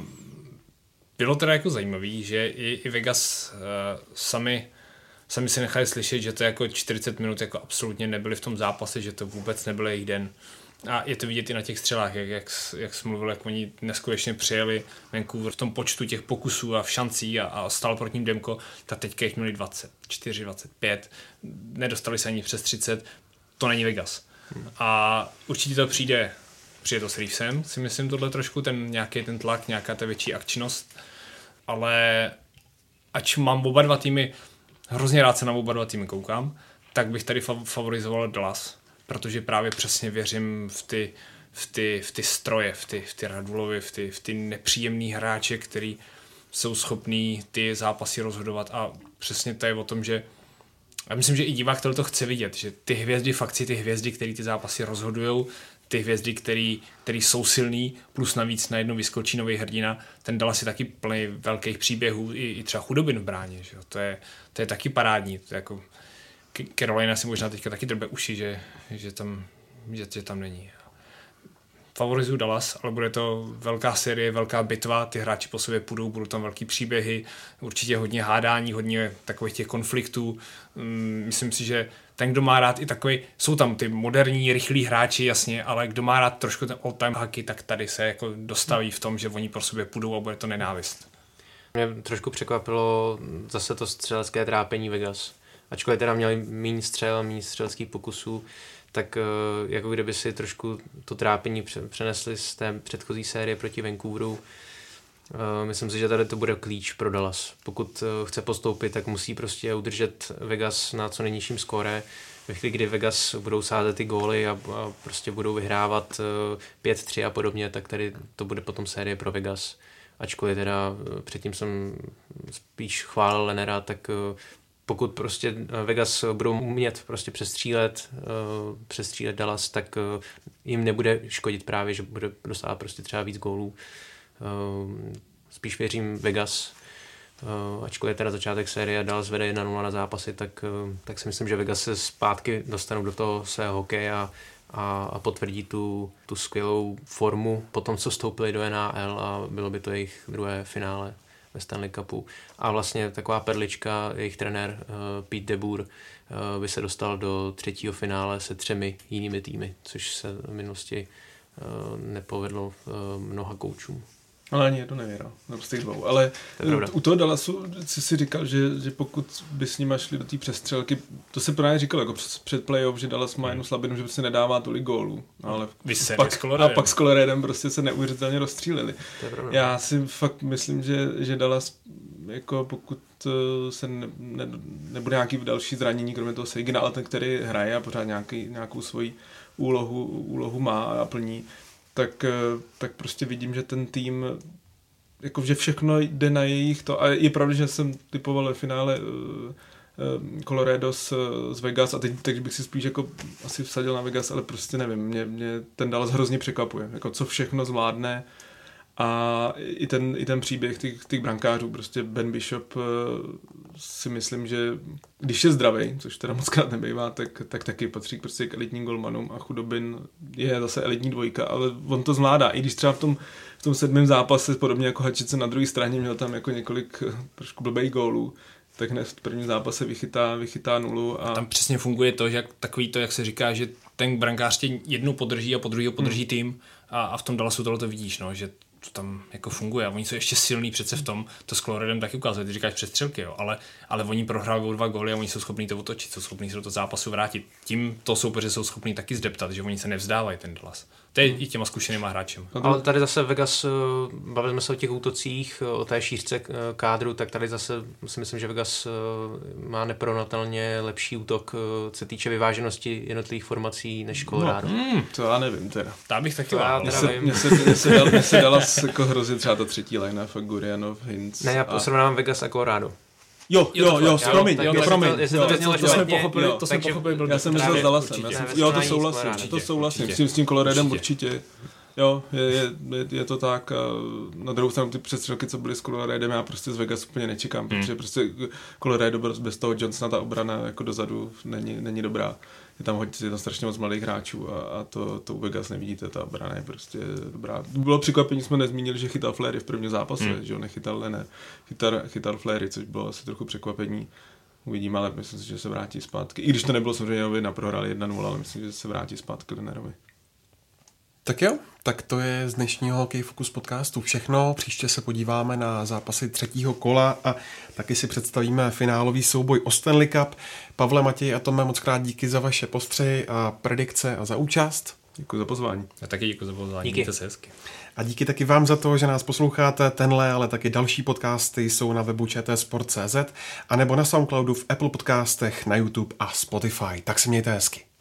H: bylo teda jako zajímavý, že i, i Vegas uh, sami Sami si nechali slyšet, že to jako čtyřicet minut jako absolutně nebyli v tom zápase, že to vůbec nebyl jejich den. A je to vidět i na těch střelách, jak, jak, jak jsi mluvil, jak oni neskutečně přijeli Vancouver v tom počtu těch pokusů a v šancí a, a stál proti ním Demko, tak teďka jich měli dvacet čtyři, dvacet pět, nedostali se ani přes třicet, to není Vegas. Hmm. A určitě to přijde, přijde to s Reevesem, si myslím tohle trošku, ten nějaký ten tlak, nějaká ta větší akčnost, ale ač mám oba dva týmy, hrozně rád se na oba dva týmy koukám, tak bych tady favorizoval Dallas, protože právě přesně věřím v ty, v ty, v ty stroje, v ty, v ty Radulovi, v ty, v ty nepříjemný hráče, který jsou schopní ty zápasy rozhodovat a přesně to je o tom, že já myslím, že i divák to chce vidět, že ty hvězdy, fakci, ty hvězdy, který ty zápasy rozhodujou, ty hvězdy, který, který jsou silný, plus navíc najednou vyskočí nový hrdina, ten Dallas je taky plný velkých příběhů, i, i třeba chudobin v bráně, že jo? To, je, to je taky parádní, to je jako Carolina si možná teďka taky drbe uši, že, že, tam, že, že tam není. Favorizuju Dallas, ale bude to velká série, velká bitva, ty hráči po sobě půjdou, budou tam velký příběhy, určitě hodně hádání, hodně takových těch konfliktů. Myslím si, že ten, kdo má rád i takový, jsou tam ty moderní, rychlí hráči, jasně, ale kdo má rád trošku ten all-time hockey, tak tady se jako dostaví v tom, že oni po sobě půjdou a bude to nenávist.
G: Mě trošku překvapilo zase to střelecké trápení Vegas. Ačkoliv teda měli méně střel a méně střeleckých pokusů, tak jako kdyby si trošku to trápení přenesli z té předchozí série proti Vancouveru. Myslím si, že tady to bude klíč pro Dallas. Pokud chce postoupit, tak musí prostě udržet Vegas na co nejnižším skóre. Ve chvíli, kdy Vegas budou sázet ty góly a, a prostě budou vyhrávat pět tři a podobně, tak tady to bude potom série pro Vegas. Ačkoliv teda předtím jsem spíš chválil Lennera, tak pokud prostě Vegas budou umět prostě přestřílet, uh, přestřílet Dallas, tak uh, jim nebude škodit právě, že bude dostávat prostě třeba víc gólů. Uh, spíš věřím Vegas, uh, ačkoliv je teda začátek série a Dallas vede jedna nula na zápasy, tak, uh, tak si myslím, že Vegas se zpátky dostanou do toho svého hokeje a, a, a potvrdí tu, tu skvělou formu po tom, co vstoupili do N H L a bylo by to jejich druhé finále ve Stanley Cupu. A vlastně taková perlička, jejich trenér uh, Pete DeBoer uh, by se dostal do třetího finále se třemi jinými týmy, což se v minulosti uh, nepovedlo uh, mnoha koučům.
F: Ale ani jedno nevěral, nebo z těch dvou. Ale to u toho Dallasu jsi si říkal, že, že pokud by s nima šli do té přestřelky, to se právě říkalo jako před playoff, že Dallas má jednu slabinu, že se nedává tolik gólů. Ale pak, a pak s Coloradem prostě se neuvěřitelně rozstříleli. Já si fakt myslím, že, že Dallas, jako pokud se ne, ne, nebude nějaký další zranění, kromě toho Sagina, ale ten, který hraje a pořád nějaký, nějakou svoji úlohu, úlohu má a plní, tak, tak prostě vidím, že ten tým, jako že všechno jde na jejich to. A je pravda, že jsem typoval ve finále uh, Colorado z, z Vegas a teď, teď bych si spíš jako asi vsadil na Vegas, ale prostě nevím, mě, mě ten Dallas hrozně překvapuje, jako co všechno zvládne a i ten, i ten příběh těch, těch brankářů, prostě Ben Bishop uh, si myslím, že když je zdravý, což teda moc krát nebývá, tak, tak taky patří prostě k elitním golmanům a Chudobin je zase elitní dvojka, ale on to zvládá, i když třeba v tom, v tom sedmém zápase, podobně jako Hačice na druhé straně, měl tam jako několik trošku blbých gólů, tak hned v prvním zápase vychytá, vychytá nulu. A...
H: a tam přesně funguje to, že jak, takový to, jak se říká, že ten brankář tě jednou podrží a po druhého podrží hmm. tým a, a v tom Dallasu tohle to vidíš, no, že to tam jako funguje a oni jsou ještě silní přece v tom, to s Coloradem taky ukazuje, ty říkáš přestřelky, jo, ale, ale oni prohrávají dva góly a oni jsou schopní to otočit, jsou schopní se do toho zápasu vrátit. Tím to soupeři jsou schopní taky zdeptat, že oni se nevzdávají ten Dallas. To je hmm. i těma zkušenýma hráčem.
G: Ale tady zase Vegas, bavili jsme se o těch útocích, o té šířce kádru, tak tady zase si myslím, že Vegas má neporovnatelně lepší útok, co se týče vyváženosti jednotlivých formací než Colorado.
F: No, hmm, to já nevím teda.
H: To bych taky
G: Mně se,
F: mně se, mně se, dal, mně se dala jako hrozit třeba ta třetí line, fakt Gurianov, Hintz.
G: Ne, já
F: a...
G: srovnávám Vegas a Colorado.
F: Jo, jo, jo, promiň,
G: tak,
F: jo,
G: tak,
F: promiň.
G: To,
F: jo,
G: to,
F: to,
G: to jsme
H: pochopili,
G: jo,
H: to jsme pochopili.
F: Já jsem myslel s Dallasem. Jo, to souhlasím, to souhlasím. S tím, s tím Coloradem určitě. Jo, je, je, je to tak. A na druhou stranu ty přestřelky, co byly s Coloradem, já prostě z Vegas úplně nečekám, hmm. protože prostě Colorado bez toho Johnsona ta obrana jako dozadu není, není dobrá. Je tam, hodně, je tam strašně moc mladých hráčů a, a to, to u Vegas nevidíte, ta obrana je prostě dobrá. Bylo překvapení, jsme nezmínili, že chytal Fleury v prvním zápase, hmm. že ho nechytal, ne, ne, chytal, chytal Fleury, což bylo asi trochu překvapení. Uvidíme, ale myslím si, že se vrátí zpátky. I když to nebylo samozřejmě, na prohráli jedna nula, ale myslím, že se vrátí zpátky Lenerovi.
E: Tak jo, tak to je z dnešního Hokej Focus podcastu všechno. Příště se podíváme na zápasy třetího kola a taky si představíme finálový souboj o Stanley Cup. Pavle, Matěj a Tome, moc krát díky za vaše postřehy a predikce a za účast.
F: Děkuji za pozvání.
H: A taky děkuji za pozvání. Díky. Mějte se hezky.
E: A díky taky vám za to, že nás posloucháte. Tenhle, ale taky další podcasty jsou na webu č t sport tečka c z a nebo na Soundcloudu, v Apple podcastech, na YouTube a Spotify. Tak se mějte hezky.